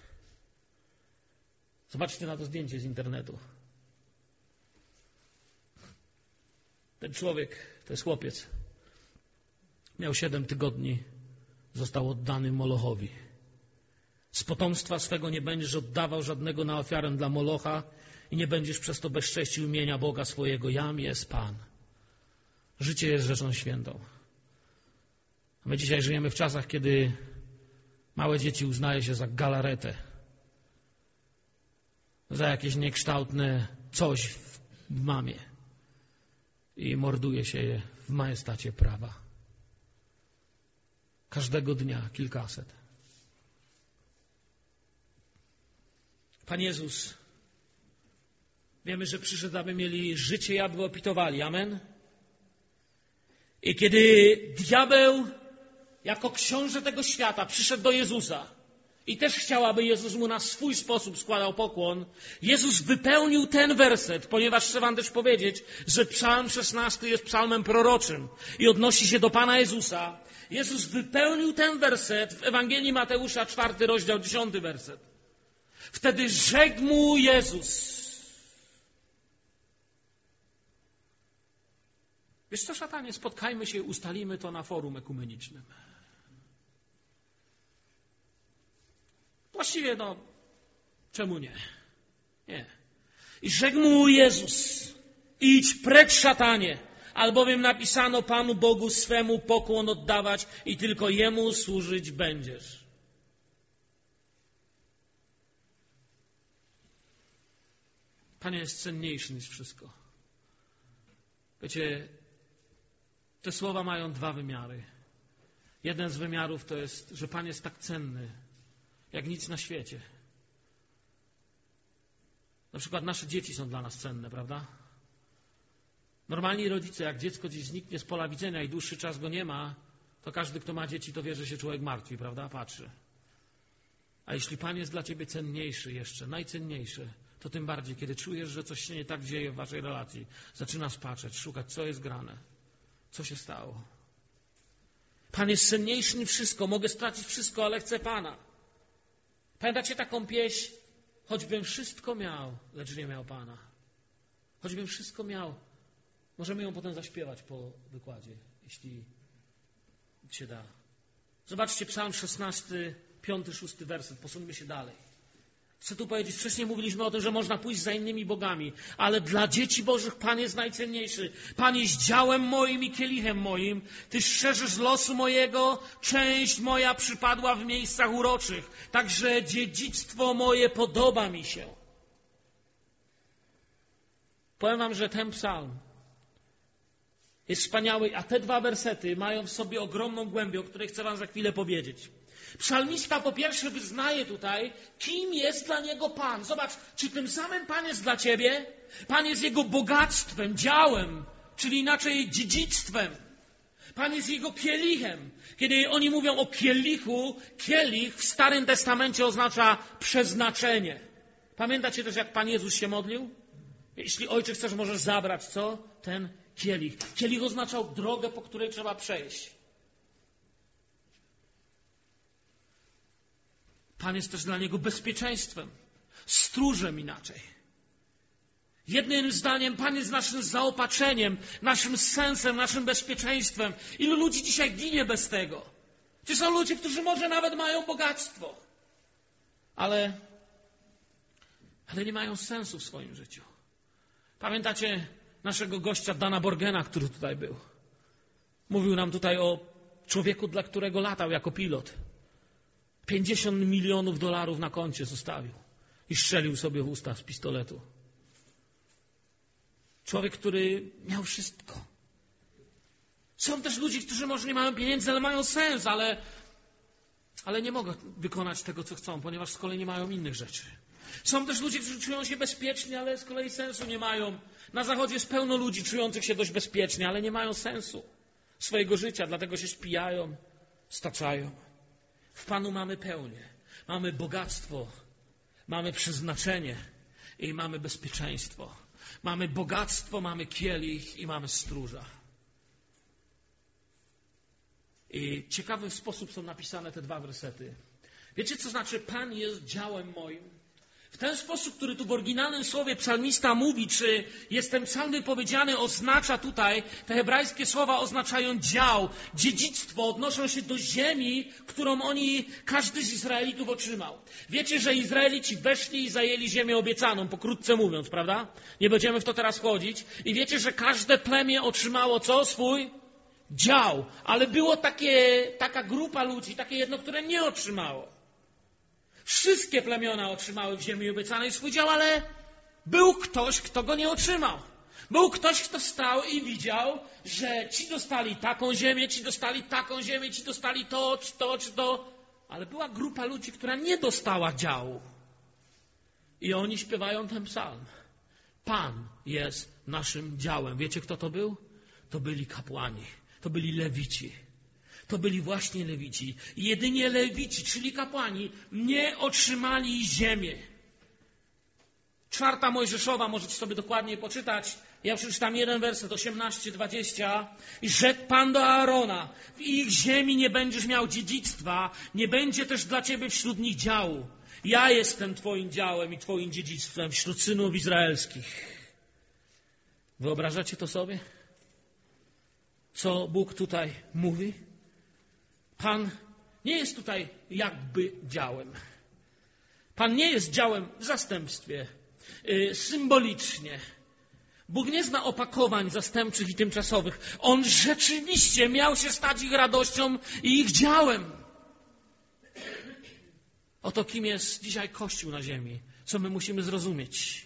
Zobaczcie na to zdjęcie z internetu. Ten człowiek, to jest chłopiec, miał 7 tygodni, został oddany Molochowi. Z potomstwa swego nie będziesz oddawał żadnego na ofiarę dla Molocha i nie będziesz przez to bezcześcił imienia Boga swojego. Jam jest Pan. Życie jest rzeczą świętą. A my dzisiaj żyjemy w czasach, kiedy małe dzieci uznaje się za galaretę, za jakieś niekształtne coś w mamie i morduje się je w majestacie prawa. Każdego dnia kilkaset. Pan Jezus, wiemy, że przyszedł, aby mieli życie i aby opitowali. Amen? I kiedy diabeł jako książę tego świata przyszedł do Jezusa i też chciał, aby Jezus mu na swój sposób składał pokłon, Jezus wypełnił ten werset, ponieważ chcę wam też powiedzieć, że psalm 16 jest psalmem proroczym i odnosi się do Pana Jezusa. Jezus wypełnił ten werset w Ewangelii Mateusza, 4 rozdział, 10 werset. Wtedy rzekł mu Jezus. Wiesz co, szatanie, spotkajmy się i ustalimy to na forum ekumenicznym. Właściwie, czemu nie? Nie. I rzekł mu Jezus, idź precz, szatanie, albowiem napisano Panu Bogu swemu pokłon oddawać i tylko Jemu służyć będziesz. Pan jest cenniejszy niż wszystko. Wiecie, te słowa mają 2 wymiary. Jeden z wymiarów to jest, że Pan jest tak cenny, jak nic na świecie. Na przykład nasze dzieci są dla nas cenne, prawda? Normalni rodzice, jak dziecko gdzieś zniknie z pola widzenia i dłuższy czas go nie ma, to każdy, kto ma dzieci, to wie, że się człowiek martwi, prawda? Patrzy. A jeśli Pan jest dla ciebie cenniejszy jeszcze, najcenniejszy, to tym bardziej, kiedy czujesz, że coś się nie tak dzieje w waszej relacji, zaczynasz patrzeć, szukać, co jest grane, co się stało. Pan jest cenniejszy niż wszystko, mogę stracić wszystko, ale chcę Pana. Pamiętacie taką pieśń? Choćbym wszystko miał, lecz nie miał Pana. Choćbym wszystko miał. Możemy ją potem zaśpiewać po wykładzie, jeśli się da. Zobaczcie psalm 16, 5, 6 werset, posuńmy się dalej. Chcę tu powiedzieć, wcześniej mówiliśmy o tym, że można pójść za innymi bogami, ale dla dzieci Bożych Pan jest najcenniejszy. Pan jest działem moim i kielichem moim. Ty strzeżesz losu mojego, część moja przypadła w miejscach uroczych. Także dziedzictwo moje podoba mi się. Powiem wam, że ten psalm Jest wspaniały, a te 2 wersety mają w sobie ogromną głębię, o której chcę wam za chwilę powiedzieć. Psalmista po pierwsze wyznaje tutaj, kim jest dla niego Pan. Zobacz, czy tym samym Pan jest dla ciebie? Pan jest jego bogactwem, działem, czyli inaczej dziedzictwem. Pan jest jego kielichem. Kiedy oni mówią o kielichu, kielich w Starym Testamencie oznacza przeznaczenie. Pamiętacie też, jak Pan Jezus się modlił? Jeśli Ojcze chcesz, możesz zabrać, co? Ten kielich. Kielich oznaczał drogę, po której trzeba przejść. Pan jest też dla niego bezpieczeństwem, stróżem inaczej. Jednym zdaniem, Pan jest naszym zaopatrzeniem, naszym sensem, naszym bezpieczeństwem. Ilu ludzi dzisiaj ginie bez tego? Czy są ludzie, którzy może nawet mają bogactwo, ale nie mają sensu w swoim życiu. Pamiętacie naszego gościa Dana Borgena, który tutaj był? Mówił nam tutaj o człowieku, dla którego latał jako pilot. 50 milionów dolarów na koncie zostawił i strzelił sobie w usta z pistoletu. Człowiek, który miał wszystko. Są też ludzie, którzy może nie mają pieniędzy, ale mają sens, ale nie mogą wykonać tego, co chcą, ponieważ z kolei nie mają innych rzeczy. Są też ludzie, którzy czują się bezpiecznie, ale z kolei sensu nie mają. Na Zachodzie jest pełno ludzi czujących się dość bezpiecznie, ale nie mają sensu swojego życia, dlatego się spijają, staczają. W Panu mamy pełnię, mamy bogactwo, mamy przeznaczenie i mamy bezpieczeństwo. Mamy bogactwo, mamy kielich i mamy stróża. I w ciekawy sposób są napisane te 2 wersety. Wiecie, co znaczy Pan jest działem moim? W ten sposób, który tu w oryginalnym słowie psalmista mówi, czy jest ten psalm wypowiedziany, oznacza tutaj, te hebrajskie słowa oznaczają dział, dziedzictwo, odnoszą się do ziemi, którą każdy z Izraelitów otrzymał. Wiecie, że Izraelici weszli i zajęli ziemię obiecaną, pokrótce mówiąc, prawda? Nie będziemy w to teraz wchodzić. I wiecie, że każde plemię otrzymało co? Swój dział. Ale było taka grupa ludzi, takie jedno, które nie otrzymało. Wszystkie plemiona otrzymały w ziemi obiecanej swój dział, ale był ktoś, kto go nie otrzymał. Był ktoś, kto stał i widział, że ci dostali taką ziemię, ci dostali taką ziemię, ci dostali to, czy to. Ale była grupa ludzi, która nie dostała działu. I oni śpiewają ten psalm. Pan jest naszym działem. Wiecie, kto to był? To byli kapłani. To byli lewici. To byli właśnie lewici. Jedynie lewici, czyli kapłani, nie otrzymali ziemię. 4 Mojżeszowa, możecie sobie dokładnie poczytać. Ja przeczytam 1 werset, 18-20. I rzekł Pan do Aarona: w ich ziemi nie będziesz miał dziedzictwa, nie będzie też dla ciebie wśród nich działu. Ja jestem twoim działem i twoim dziedzictwem wśród synów izraelskich. Wyobrażacie to sobie? Co Bóg tutaj mówi? Pan nie jest tutaj jakby działem. Pan nie jest działem w zastępstwie, symbolicznie. Bóg nie zna opakowań zastępczych i tymczasowych. On rzeczywiście miał się stać ich radością i ich działem. Oto kim jest dzisiaj Kościół na ziemi. Co my musimy zrozumieć.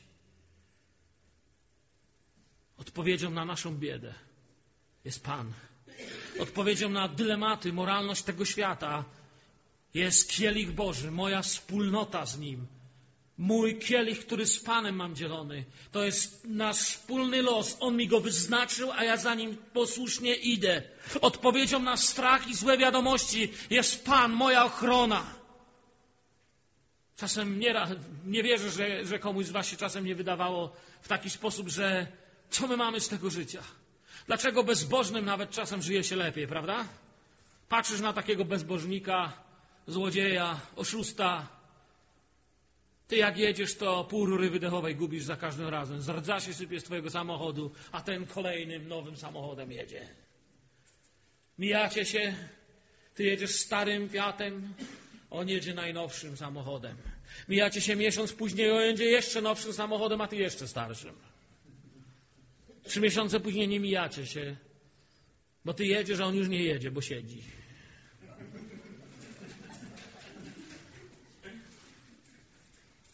Odpowiedzią na naszą biedę jest Pan. Odpowiedzią na dylematy, moralność tego świata jest kielich Boży, moja wspólnota z Nim. Mój kielich, który z Panem mam dzielony. To jest nasz wspólny los. On mi go wyznaczył, a ja za Nim posłusznie idę. Odpowiedzią na strach i złe wiadomości jest Pan, moja ochrona. Czasem nie wierzę, że komuś z was się czasem nie wydawało w taki sposób, że co my mamy z tego życia? Dlaczego bezbożnym nawet czasem żyje się lepiej, prawda? Patrzysz na takiego bezbożnika, złodzieja, oszusta. Ty jak jedziesz, to pół rury wydechowej gubisz za każdym razem. Z rdza się sypie z twojego samochodu, a ten kolejnym nowym samochodem jedzie. Mijacie się, ty jedziesz starym Fiatem, on jedzie najnowszym samochodem. Mijacie się miesiąc później, on jedzie jeszcze nowszym samochodem, a ty jeszcze starszym. 3 miesiące później nie mijacie się, bo ty jedziesz, a on już nie jedzie, bo siedzi.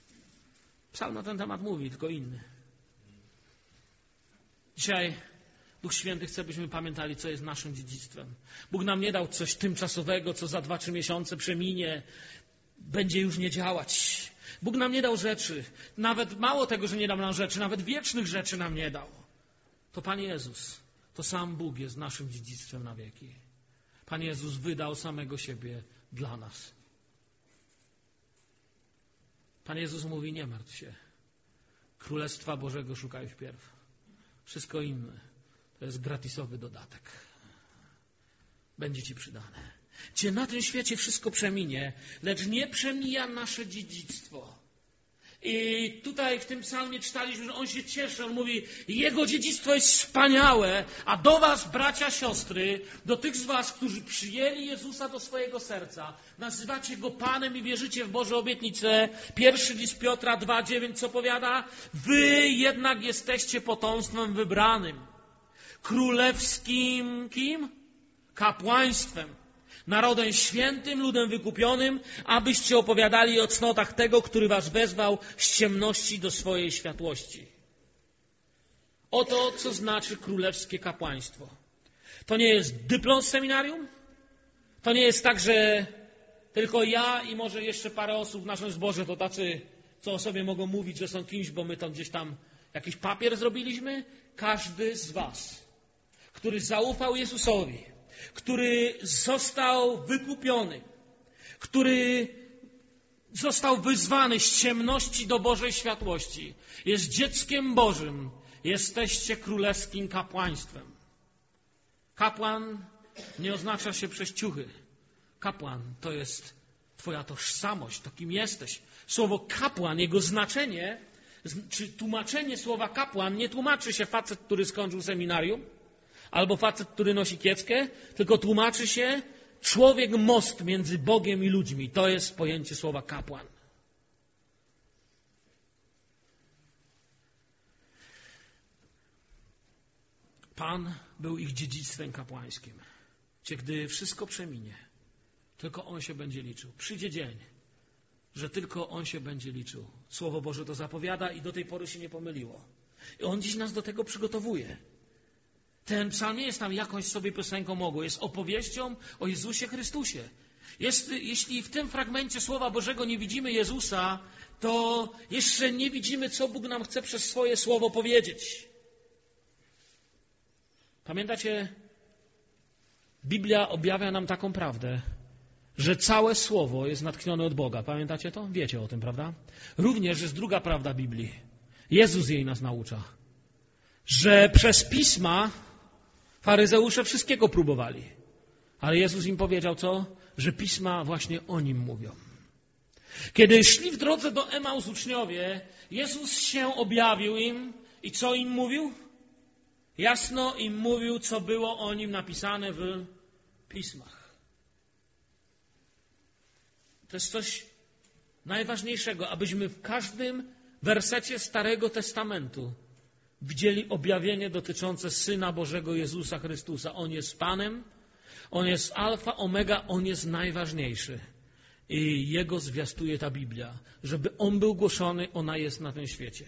Psalm na ten temat mówi, tylko inny. Dzisiaj Duch Święty chce, byśmy pamiętali, co jest naszym dziedzictwem. Bóg nam nie dał coś tymczasowego, co za 2-3 miesiące przeminie, będzie już nie działać. Bóg nam nie dał rzeczy, nawet mało tego, że nie dał nam rzeczy, nawet wiecznych rzeczy nam nie dał. To Pan Jezus, to sam Bóg jest naszym dziedzictwem na wieki. Pan Jezus wydał samego siebie dla nas. Pan Jezus mówi, nie martw się. Królestwa Bożego szukaj wpierw. Wszystko inne to jest gratisowy dodatek. Będzie ci przydane. Gdzie na tym świecie wszystko przeminie, lecz nie przemija nasze dziedzictwo. I tutaj w tym psalmie czytaliśmy, że on się cieszy, on mówi, jego dziedzictwo jest wspaniałe, a do was, bracia, siostry, do tych z was, którzy przyjęli Jezusa do swojego serca, nazywacie Go Panem i wierzycie w Boże obietnice. 1 list Piotra 2,9 co powiada? Wy jednak jesteście potomstwem wybranym, królewskim, kim? Kapłaństwem. Narodem świętym, ludem wykupionym, abyście opowiadali o cnotach tego, który was wezwał z ciemności do swojej światłości. Oto, co znaczy królewskie kapłaństwo. To nie jest dyplom z seminarium. To nie jest tak, że tylko ja i może jeszcze parę osób w naszym zborze to tacy, co o sobie mogą mówić, że są kimś, bo my tam gdzieś tam jakiś papier zrobiliśmy. Każdy z was, który zaufał Jezusowi, który został wykupiony, który został wyzwany z ciemności do Bożej światłości, jest dzieckiem Bożym, jesteście królewskim kapłaństwem. Kapłan nie oznacza się przez ciuchy. Kapłan to jest twoja tożsamość, to kim jesteś. Słowo kapłan, jego znaczenie, czy tłumaczenie słowa kapłan nie tłumaczy się facet, który skończył seminarium, albo facet, który nosi kieckę, tylko tłumaczy się człowiek most między Bogiem i ludźmi. To jest pojęcie słowa kapłan. Pan był ich dziedzictwem kapłańskim. Gdy wszystko przeminie, tylko On się będzie liczył. Przyjdzie dzień, że tylko On się będzie liczył. Słowo Boże to zapowiada i do tej pory się nie pomyliło. I On dziś nas do tego przygotowuje. Ten psalm nie jest tam jakąś sobie piosenką mogło, jest opowieścią o Jezusie Chrystusie. Jeśli w tym fragmencie Słowa Bożego nie widzimy Jezusa, to jeszcze nie widzimy, co Bóg nam chce przez swoje Słowo powiedzieć. Pamiętacie, Biblia objawia nam taką prawdę, że całe Słowo jest natchnione od Boga. Pamiętacie to? Wiecie o tym, prawda? Również jest druga prawda Biblii. Jezus jej nas naucza. Że przez Pisma faryzeusze wszystkiego próbowali. Ale Jezus im powiedział co? Że Pisma właśnie o Nim mówią. Kiedy szli w drodze do Emaus uczniowie, Jezus się objawił im i co im mówił? Jasno im mówił, co było o Nim napisane w Pismach. To jest coś najważniejszego, abyśmy w każdym wersecie Starego Testamentu widzieli objawienie dotyczące Syna Bożego Jezusa Chrystusa. On jest Panem, On jest alfa, omega, On jest najważniejszy. I Jego zwiastuje ta Biblia. Żeby On był głoszony, ona jest na tym świecie.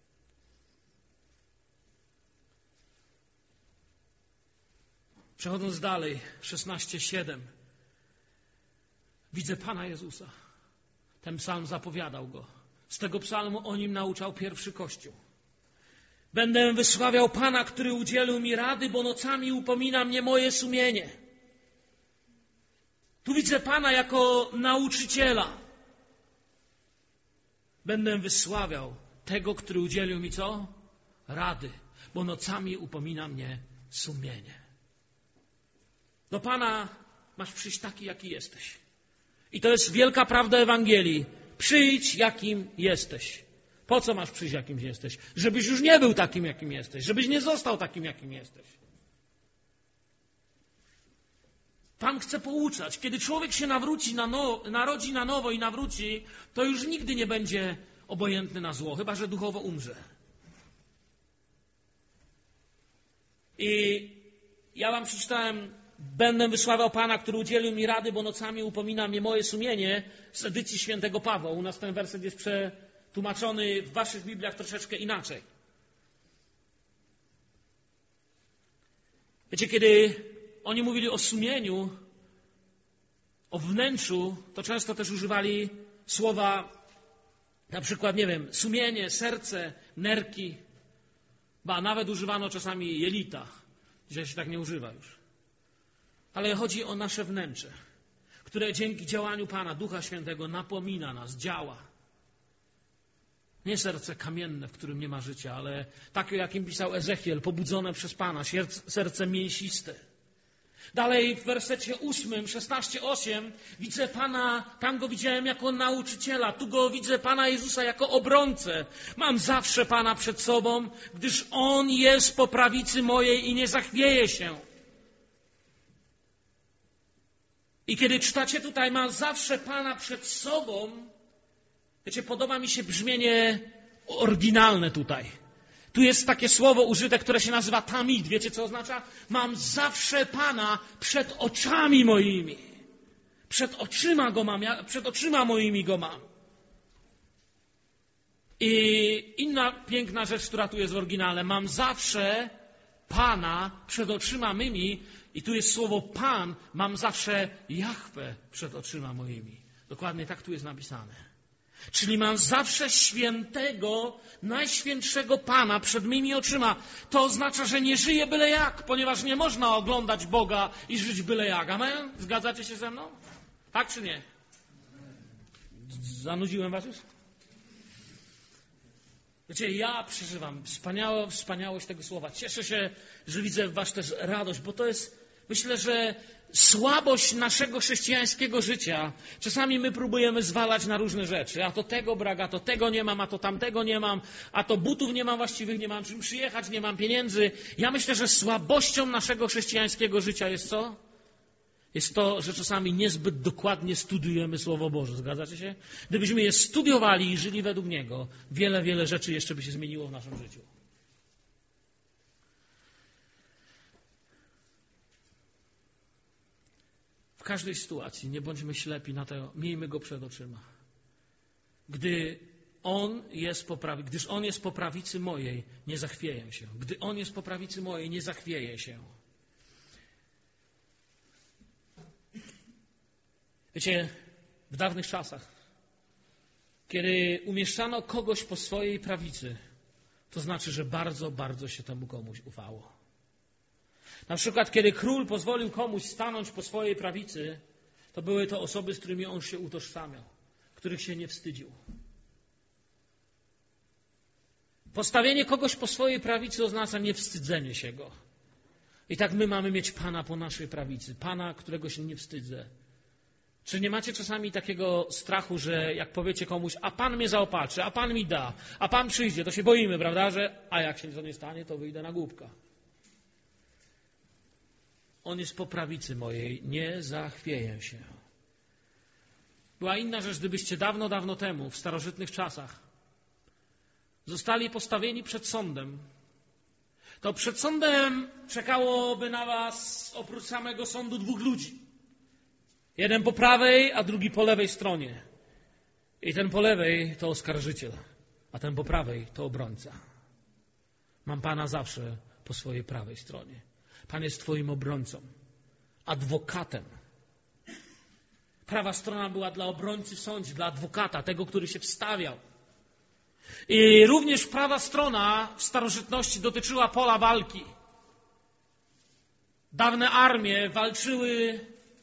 Przechodząc dalej, 16:7. Widzę Pana Jezusa. Ten psalm zapowiadał Go. Z tego psalmu o Nim nauczał pierwszy Kościół. Będę wysławiał Pana, który udzielił mi rady, bo nocami upomina mnie moje sumienie. Tu widzę Pana jako nauczyciela. Będę wysławiał tego, który udzielił mi co? Rady, bo nocami upomina mnie sumienie. Do Pana masz przyjść taki, jaki jesteś. I to jest wielka prawda Ewangelii. Przyjdź, jakim jesteś. Po co masz przyjść, jakim jesteś? Żebyś już nie był takim, jakim jesteś. Żebyś nie został takim, jakim jesteś. Pan chce pouczać. Kiedy człowiek się narodzi na nowo i nawróci, to już nigdy nie będzie obojętny na zło, chyba że duchowo umrze. I ja wam przeczytałem: będę wysławiał Pana, który udzielił mi rady, bo nocami upomina mnie moje sumienie, z edycji świętego Pawła. U nas ten werset jest przetłumaczony w waszych Bibliach troszeczkę inaczej. Wiecie, kiedy oni mówili o sumieniu, o wnętrzu, to często też używali słowa, na przykład, nie wiem, sumienie, serce, nerki, ba, nawet używano czasami jelita. Dzisiaj się tak nie używa już. Ale chodzi o nasze wnętrze, które dzięki działaniu Pana, Ducha Świętego napomina nas, działa. Nie serce kamienne, w którym nie ma życia, ale takie, jakim pisał Ezechiel, pobudzone przez Pana, serce mięsiste. Dalej w wersecie 8, 16:8 widzę Pana, tam Go widziałem jako nauczyciela, tu Go widzę Pana Jezusa jako obrońcę. Mam zawsze Pana przed sobą, gdyż On jest po prawicy mojej i nie zachwieje się. I kiedy czytacie tutaj, mam zawsze Pana przed sobą, wiecie, podoba mi się brzmienie oryginalne tutaj. Tu jest takie słowo użyte, które się nazywa tamid. Wiecie, co oznacza? Mam zawsze Pana przed oczami moimi. Przed oczyma Go mam, przed oczyma moimi Go mam. I inna piękna rzecz, która tu jest w oryginale. Mam zawsze Pana przed oczyma mymi. I tu jest słowo Pan. Mam zawsze Jahwe przed oczyma moimi. Dokładnie tak tu jest napisane. Czyli mam zawsze świętego, najświętszego Pana przed mymi oczyma. To oznacza, że nie żyję byle jak, ponieważ nie można oglądać Boga i żyć byle jak. Amen? Zgadzacie się ze mną? Tak czy nie? Zanudziłem was już? Wiecie, ja przeżywam wspaniałość tego słowa. Cieszę się, że widzę w was też radość, bo to jest, myślę, że słabość naszego chrześcijańskiego życia. Czasami my próbujemy zwalać na różne rzeczy. A to tego brak, a to tego nie mam, a to tamtego nie mam, a to butów nie mam właściwych, nie mam czym przyjechać, nie mam pieniędzy. Ja myślę, że słabością naszego chrześcijańskiego życia jest co? Jest to, że czasami niezbyt dokładnie studiujemy Słowo Boże. Zgadzacie się? Gdybyśmy je studiowali i żyli według Niego, wiele rzeczy jeszcze by się zmieniło w naszym życiu. W każdej sytuacji nie bądźmy ślepi na to, miejmy Go przed oczyma. Gdyż On jest po prawicy mojej, nie zachwieję się. Gdy On jest po prawicy mojej, nie zachwieję się. Wiecie, w dawnych czasach, kiedy umieszczano kogoś po swojej prawicy, to znaczy, że bardzo się temu komuś ufało. Na przykład, kiedy król pozwolił komuś stanąć po swojej prawicy, to były to osoby, z którymi on się utożsamiał, których się nie wstydził. Postawienie kogoś po swojej prawicy oznacza niewstydzenie się Go. I tak my mamy mieć Pana po naszej prawicy, Pana, którego się nie wstydzę. Czy nie macie czasami takiego strachu, że jak powiecie komuś, a Pan mnie zaopatrzy, a Pan mi da, a Pan przyjdzie, to się boimy, prawda, a jak się to nie stanie, to wyjdę na głupka. On jest po prawicy mojej, nie zachwieję się. Była inna rzecz, gdybyście dawno temu, w starożytnych czasach, zostali postawieni przed sądem, to przed sądem czekałoby na was oprócz samego sądu dwóch ludzi. Jeden po prawej, a drugi po lewej stronie. I ten po lewej to oskarżyciel, a ten po prawej to obrońca. Mam Pana zawsze po swojej prawej stronie. Pan jest twoim obrońcą, adwokatem. Prawa strona była dla obrońcy w sądzie, dla adwokata, tego, który się wstawiał. I również prawa strona w starożytności dotyczyła pola walki. Dawne armie walczyły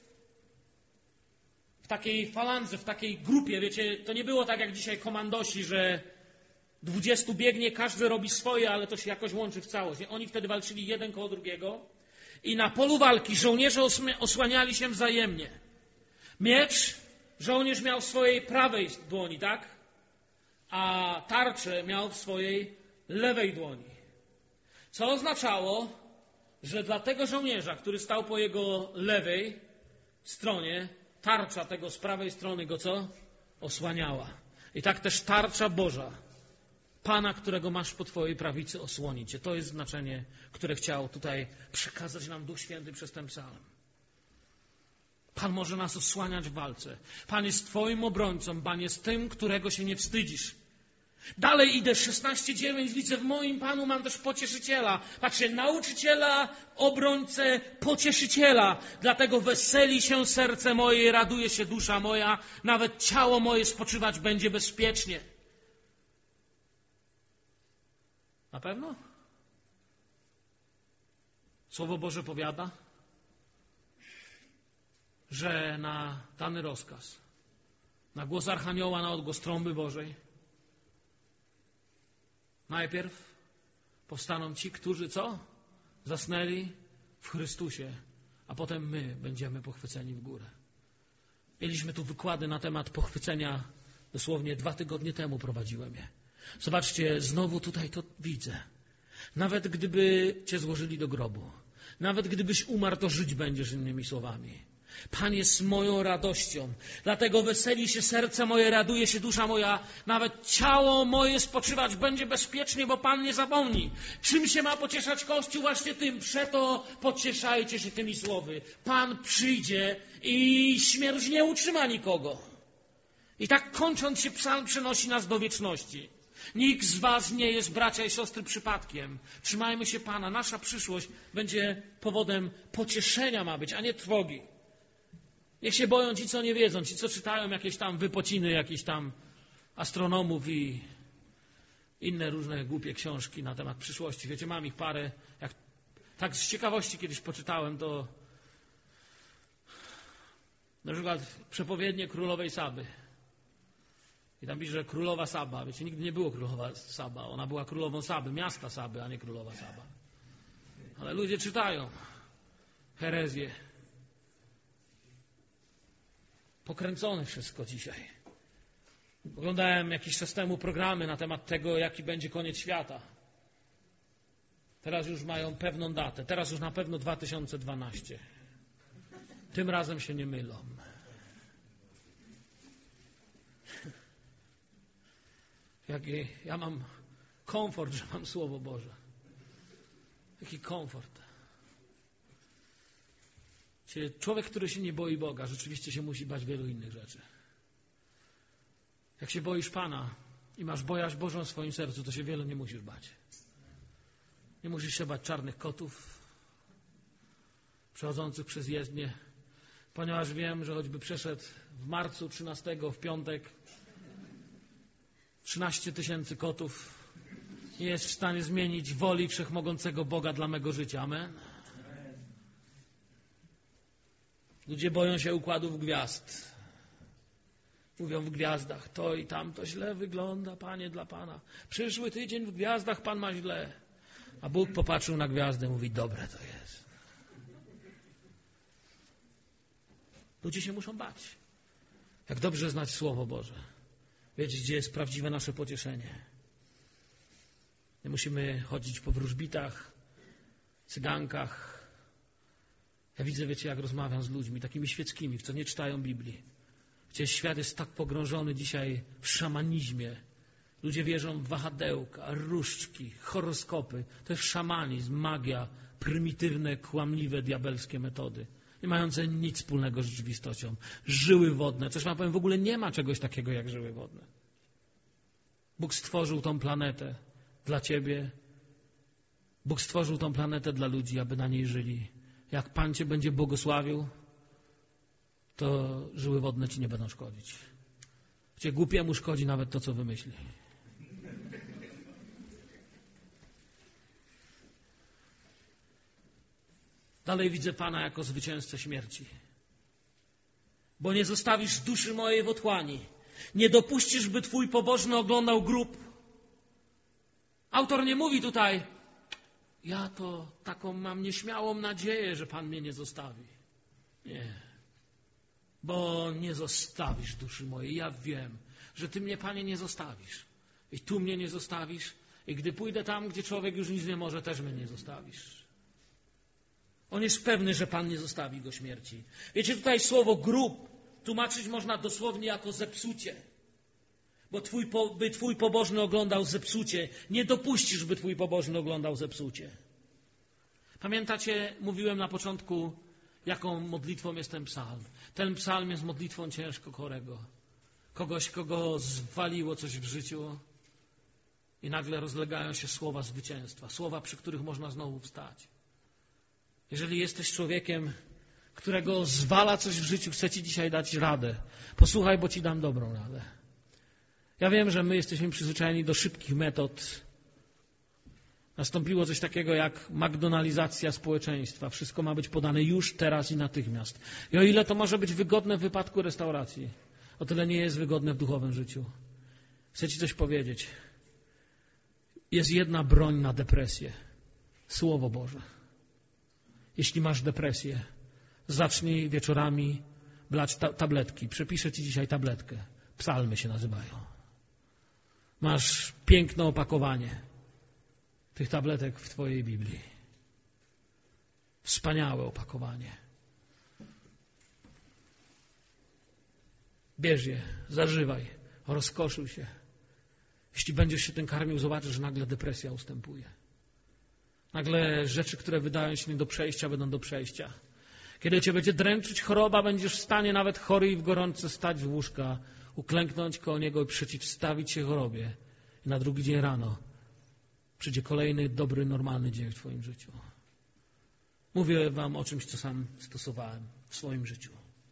w takiej falandze, w takiej grupie. Wiecie, to nie było tak jak dzisiaj komandosi, że 20 biegnie, każdy robi swoje, ale to się jakoś łączy w całość. Oni wtedy walczyli jeden koło drugiego i na polu walki żołnierze osłaniali się wzajemnie. Miecz żołnierz miał w swojej prawej dłoni, tak? A tarczę miał w swojej lewej dłoni. Co oznaczało, że dla tego żołnierza, który stał po jego lewej stronie, tarcza tego z prawej strony go co? Osłaniała. I tak też tarcza Boża, Pana, którego masz po twojej prawicy, osłoni cię. To jest znaczenie, które chciał tutaj przekazać nam Duch Święty przez ten psalm. Pan może nas osłaniać w walce. Pan jest twoim obrońcą. Pan jest tym, którego się nie wstydzisz. Dalej idę, 16:9, widzę, w moim Panu mam też pocieszyciela. Patrzcie, nauczyciela, obrońcę, pocieszyciela. Dlatego weseli się serce moje, raduje się dusza moja, nawet ciało moje spoczywać będzie bezpiecznie. Na pewno? Słowo Boże powiada, że na dany rozkaz, na głos Archanioła, na odgłos trąby Bożej, najpierw powstaną ci, którzy co? Zasnęli w Chrystusie, a potem my będziemy pochwyceni w górę. Mieliśmy tu wykłady na temat pochwycenia, dosłownie 2 tygodnie temu prowadziłem je. Zobaczcie, znowu tutaj to widzę. Nawet gdyby cię złożyli do grobu, nawet gdybyś umarł, to żyć będziesz, innymi słowami. Pan jest moją radością, dlatego weseli się serce moje, raduje się dusza moja, nawet ciało moje spoczywać będzie bezpiecznie, bo Pan nie zapomni. Czym się ma pocieszać Kościół? Właśnie tym. Przeto pocieszajcie się tymi słowy. Pan przyjdzie i śmierć nie utrzyma nikogo. I tak kończąc się psalm przenosi nas do wieczności. Nikt z was nie jest, bracia i siostry, przypadkiem. Trzymajmy się Pana. Nasza przyszłość będzie powodem pocieszenia ma być, a nie trwogi. Niech się boją ci, co nie wiedzą, ci, co czytają jakieś tam wypociny, jakichś tam astronomów i inne różne głupie książki na temat przyszłości. Wiecie, mam ich parę. Jak tak z ciekawości kiedyś poczytałem, to na przykład przepowiednie królowej Saby. I tam pisze, że królowa Saba. Wiecie, nigdy nie było królowa Saba. Ona była królową Saby, miasta Saby, a nie królowa Saba. Ale ludzie czytają herezję. Pokręcone wszystko dzisiaj. Oglądałem jakiś czas temu programy na temat tego, jaki będzie koniec świata. Teraz już mają pewną datę. Teraz już na pewno 2012. Tym razem się nie mylą. Ja mam komfort, że mam Słowo Boże. Jaki komfort. Człowiek, który się nie boi Boga, rzeczywiście się musi bać wielu innych rzeczy. Jak się boisz Pana i masz bojaźń Bożą w swoim sercu, to się wiele nie musisz bać. Nie musisz się bać czarnych kotów przechodzących przez jezdnię, ponieważ wiem, że choćby przeszedł w marcu 13 w piątek 13 000 kotów, nie jest w stanie zmienić woli wszechmogącego Boga dla mego życia. Amen. Ludzie boją się układów gwiazd. Mówią w gwiazdach, to i tamto źle wygląda, Panie, dla Pana. Przyszły tydzień w gwiazdach Pan ma źle. A Bóg popatrzył na gwiazdę i mówi, dobre to jest. Ludzie się muszą bać. Jak dobrze znać Słowo Boże. Wiedzieć, gdzie jest prawdziwe nasze pocieszenie. Nie musimy chodzić po wróżbitach, cygankach. Ja widzę, wiecie, jak rozmawiam z ludźmi takimi świeckimi, co nie czytają Biblii. Gdzie świat jest tak pogrążony dzisiaj w szamanizmie. Ludzie wierzą w wahadełka, różdżki, horoskopy. To jest szamanizm, magia, prymitywne, kłamliwe, diabelskie metody. Nie mające nic wspólnego z rzeczywistością. Żyły wodne. Coś wam powiem, w ogóle nie ma czegoś takiego jak żyły wodne. Bóg stworzył tą planetę dla ciebie. Bóg stworzył tą planetę dla ludzi, aby na niej żyli. Jak Pan cię będzie błogosławił, to żyły wodne ci nie będą szkodzić. Cię głupiemu szkodzi nawet to, co wymyśli. Dalej widzę Pana jako zwycięzcę śmierci. Bo nie zostawisz duszy mojej w otchłani. Nie dopuścisz, by Twój pobożny oglądał grób. Autor nie mówi tutaj, ja to taką mam nieśmiałą nadzieję, że Pan mnie nie zostawi. Nie. Bo nie zostawisz duszy mojej. Ja wiem, że Ty mnie, Panie, nie zostawisz. I Tu mnie nie zostawisz. I gdy pójdę tam, gdzie człowiek już nic nie może, też mnie nie zostawisz. On jest pewny, że Pan nie zostawi go śmierci. Wiecie, tutaj słowo grób tłumaczyć można dosłownie jako zepsucie. Bo by Twój pobożny oglądał zepsucie. Nie dopuścisz, by Twój pobożny oglądał zepsucie. Pamiętacie, mówiłem na początku, jaką modlitwą jest ten psalm. Ten psalm jest modlitwą ciężko chorego. Kogoś, kogo zwaliło coś w życiu I nagle rozlegają się słowa zwycięstwa, słowa, przy których można znowu wstać. Jeżeli jesteś człowiekiem, którego zwala coś w życiu, chcę Ci dzisiaj dać radę. Posłuchaj, bo Ci dam dobrą radę. Ja wiem, że my jesteśmy przyzwyczajeni do szybkich metod. Nastąpiło coś takiego jak McDonalizacja społeczeństwa. Wszystko ma być podane już, teraz i natychmiast. I o ile to może być wygodne w wypadku restauracji, o tyle nie jest wygodne w duchowym życiu. Chcę Ci coś powiedzieć. Jest jedna broń na depresję. Słowo Boże. Jeśli masz depresję, zacznij wieczorami brać tabletki. Przepiszę Ci dzisiaj tabletkę. Psalmy się nazywają. Masz piękne opakowanie tych tabletek w Twojej Biblii. Wspaniałe opakowanie. Bierz je, zażywaj, rozkoszuj się. Jeśli będziesz się tym karmił, zobaczysz, że nagle depresja ustępuje. Nagle rzeczy, które wydają się nie do przejścia, będą do przejścia. Kiedy Cię będzie dręczyć choroba, będziesz w stanie nawet chory i w gorączce stać z łóżka, uklęknąć koło niego i przeciwstawić się chorobie. I na drugi dzień rano przyjdzie kolejny, dobry, normalny dzień w Twoim życiu. Mówię Wam o czymś, co sam stosowałem w swoim życiu.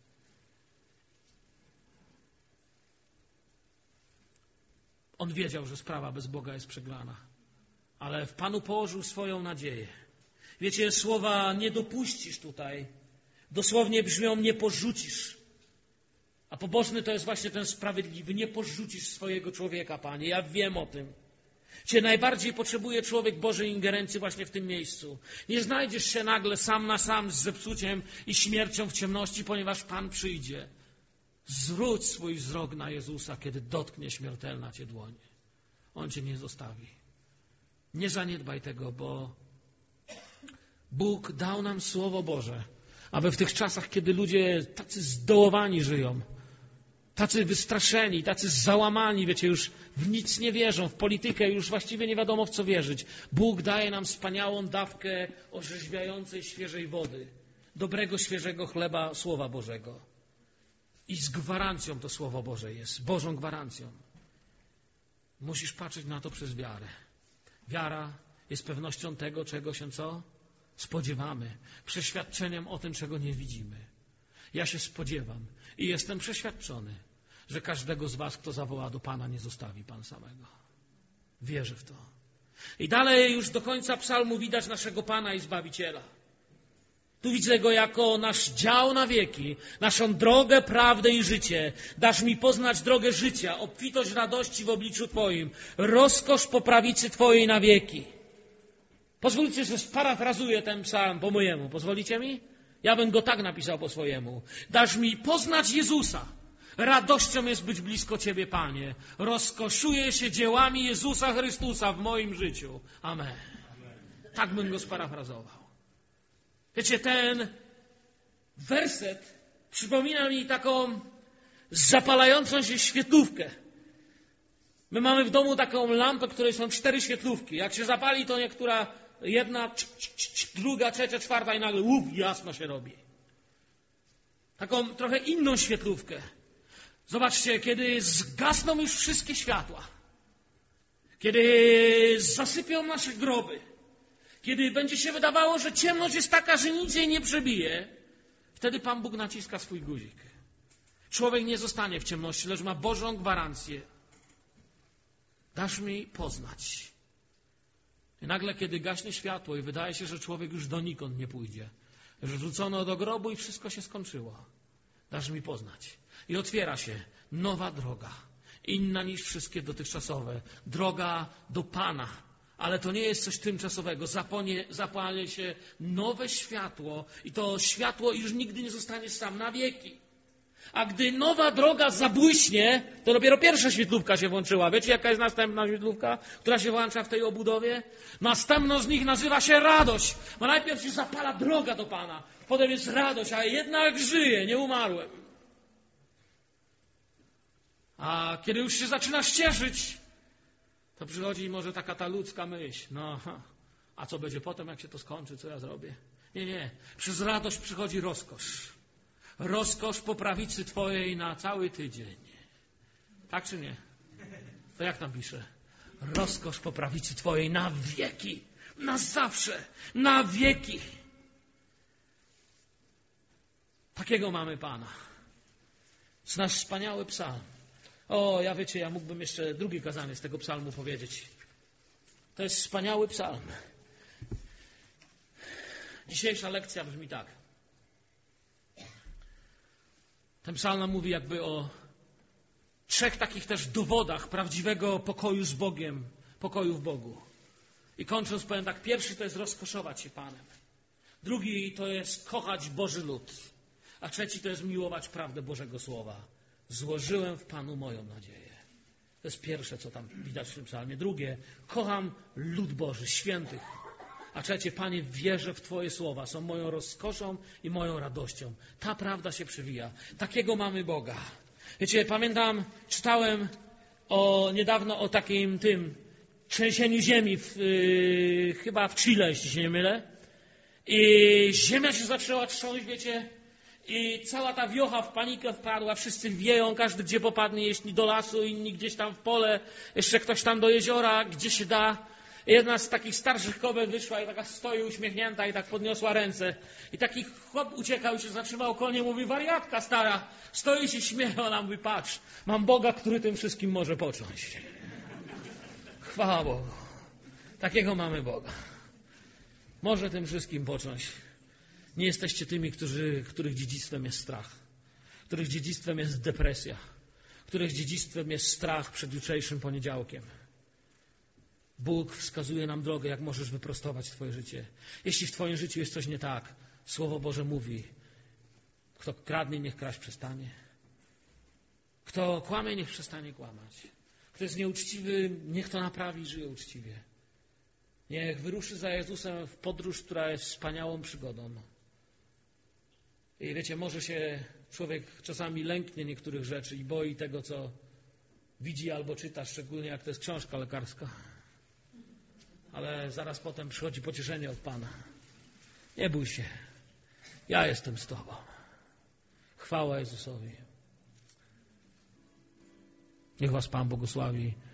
On wiedział, że sprawa bez Boga jest przegrana, ale w Panu położył swoją nadzieję. Wiecie, słowa nie dopuścisz tutaj, dosłownie brzmią nie porzucisz. A pobożny to jest właśnie ten sprawiedliwy. Nie porzucisz swojego człowieka, Panie. Ja wiem o tym. Cię najbardziej potrzebuje człowiek Bożej ingerencji właśnie w tym miejscu. Nie znajdziesz się nagle sam na sam z zepsuciem i śmiercią w ciemności, ponieważ Pan przyjdzie. Zwróć swój wzrok na Jezusa, kiedy dotknie śmiertelna Cię dłoń. On Cię nie zostawi. Nie zaniedbaj tego, bo Bóg dał nam Słowo Boże, aby w tych czasach, kiedy ludzie tacy zdołowani żyją, tacy wystraszeni, tacy załamani, wiecie, już w nic nie wierzą, w politykę już właściwie nie wiadomo w co wierzyć. Bóg daje nam wspaniałą dawkę orzeźwiającej, świeżej wody, dobrego, świeżego chleba Słowa Bożego. I z gwarancją to Słowo Boże jest, Bożą gwarancją. Musisz patrzeć na to przez wiarę. Wiara jest pewnością tego, czego się co? Spodziewamy. Przeświadczeniem o tym, czego nie widzimy. Ja się spodziewam i jestem przeświadczony, że każdego z was, kto zawoła do Pana, nie zostawi Pan samego. Wierzę w to. I dalej już do końca psalmu widać naszego Pana i Zbawiciela. Tu widzę Go jako nasz dział na wieki, naszą drogę, prawdę i życie. Dasz mi poznać drogę życia, obfitość radości w obliczu Twoim, rozkosz po prawicy Twojej na wieki. Pozwólcie, że sparafrazuję ten psalm po mojemu. Pozwolicie mi? Ja bym go tak napisał po swojemu. Dasz mi poznać Jezusa. Radością jest być blisko Ciebie, Panie. Rozkoszuję się dziełami Jezusa Chrystusa w moim życiu. Amen. Tak bym go sparafrazował. Wiecie, ten werset przypomina mi taką zapalającą się świetlówkę. My mamy w domu taką lampę, w której są 4 świetlówki. Jak się zapali, to niektóra jedna, druga, trzecia, czwarta i nagle jasno się robi. Taką trochę inną świetlówkę. Zobaczcie, kiedy zgasną już wszystkie światła, kiedy zasypią nasze groby, kiedy będzie się wydawało, że ciemność jest taka, że nic jej nie przebije, wtedy Pan Bóg naciska swój guzik. Człowiek nie zostanie w ciemności, lecz ma Bożą gwarancję. Dasz mi poznać. I nagle, kiedy gaśnie światło i wydaje się, że człowiek już donikąd nie pójdzie, że rzucono do grobu i wszystko się skończyło. Dasz mi poznać. I otwiera się nowa droga, inna niż wszystkie dotychczasowe. Droga do Pana. Ale to nie jest coś tymczasowego. Zapali się nowe światło i to światło już nigdy nie zostanie sam na wieki. A gdy nowa droga zabłyśnie, to dopiero pierwsza świetlówka się włączyła. Wiecie, jaka jest następna świetlówka, która się włącza w tej obudowie? Następną z nich nazywa się radość. Bo najpierw się zapala droga do Pana, potem jest radość, a jednak żyję, nie umarłem. A kiedy już się zaczynasz cieszyć, to przychodzi może taka ta ludzka myśl. No, a co będzie potem, jak się to skończy, co ja zrobię? Nie. Przez radość przychodzi rozkosz. Rozkosz po prawicy Twojej na cały tydzień. Tak czy nie? To jak tam pisze? rozkosz po prawicy Twojej na wieki, na zawsze, na wieki. Takiego mamy Pana. To jest nasz wspaniały psalm. O, ja mógłbym jeszcze drugie kazanie z tego psalmu powiedzieć. To jest wspaniały psalm. Dzisiejsza lekcja brzmi tak. Ten psalm nam mówi jakby o 3 takich też dowodach prawdziwego pokoju z Bogiem, pokoju w Bogu. I kończąc powiem tak, pierwszy to jest rozkoszować się Panem. Drugi to jest kochać Boży lud. A trzeci to jest miłować prawdę Bożego Słowa. Złożyłem w Panu moją nadzieję. To jest pierwsze, co tam widać w tym psalmie. Drugie, kocham lud Boży, świętych. A trzecie, Panie, wierzę w Twoje słowa. Są moją rozkoszą i moją radością. Ta prawda się przewija. Takiego mamy Boga. Wiecie, pamiętam, czytałem niedawno o takim trzęsieniu ziemi chyba w Chile, jeśli się nie mylę. I ziemia się zaczęła trząść, wiecie, i cała ta wiocha w panikę wpadła, wszyscy wieją, każdy gdzie popadnie, jeśli do lasu, inni gdzieś tam w pole, jeszcze ktoś tam do jeziora, gdzie się da. Jedna z takich starszych kobiet wyszła i taka stoi uśmiechnięta i tak podniosła ręce. I taki chłop uciekał, się zatrzymał koło niej, mówi, wariatka stara, stoi się śmieje, ona mówi, patrz, mam Boga, który tym wszystkim może począć. Chwała Bogu. Takiego mamy Boga. Może tym wszystkim począć. Nie jesteście tymi, których dziedzictwem jest strach, których dziedzictwem jest depresja, których dziedzictwem jest strach przed jutrzejszym poniedziałkiem. Bóg wskazuje nam drogę, jak możesz wyprostować Twoje życie. Jeśli w Twoim życiu jest coś nie tak, Słowo Boże mówi, kto kradnie, niech kraść przestanie. Kto kłamie, niech przestanie kłamać. Kto jest nieuczciwy, niech to naprawi, żyje uczciwie. Niech wyruszy za Jezusem w podróż, która jest wspaniałą przygodą. I wiecie, może się człowiek czasami lęknie niektórych rzeczy i boi tego, co widzi albo czyta, szczególnie jak to jest książka lekarska. Ale zaraz potem przychodzi pocieszenie od Pana. Nie bój się. Ja jestem z Tobą. Chwała Jezusowi. Niech Was Pan błogosławi.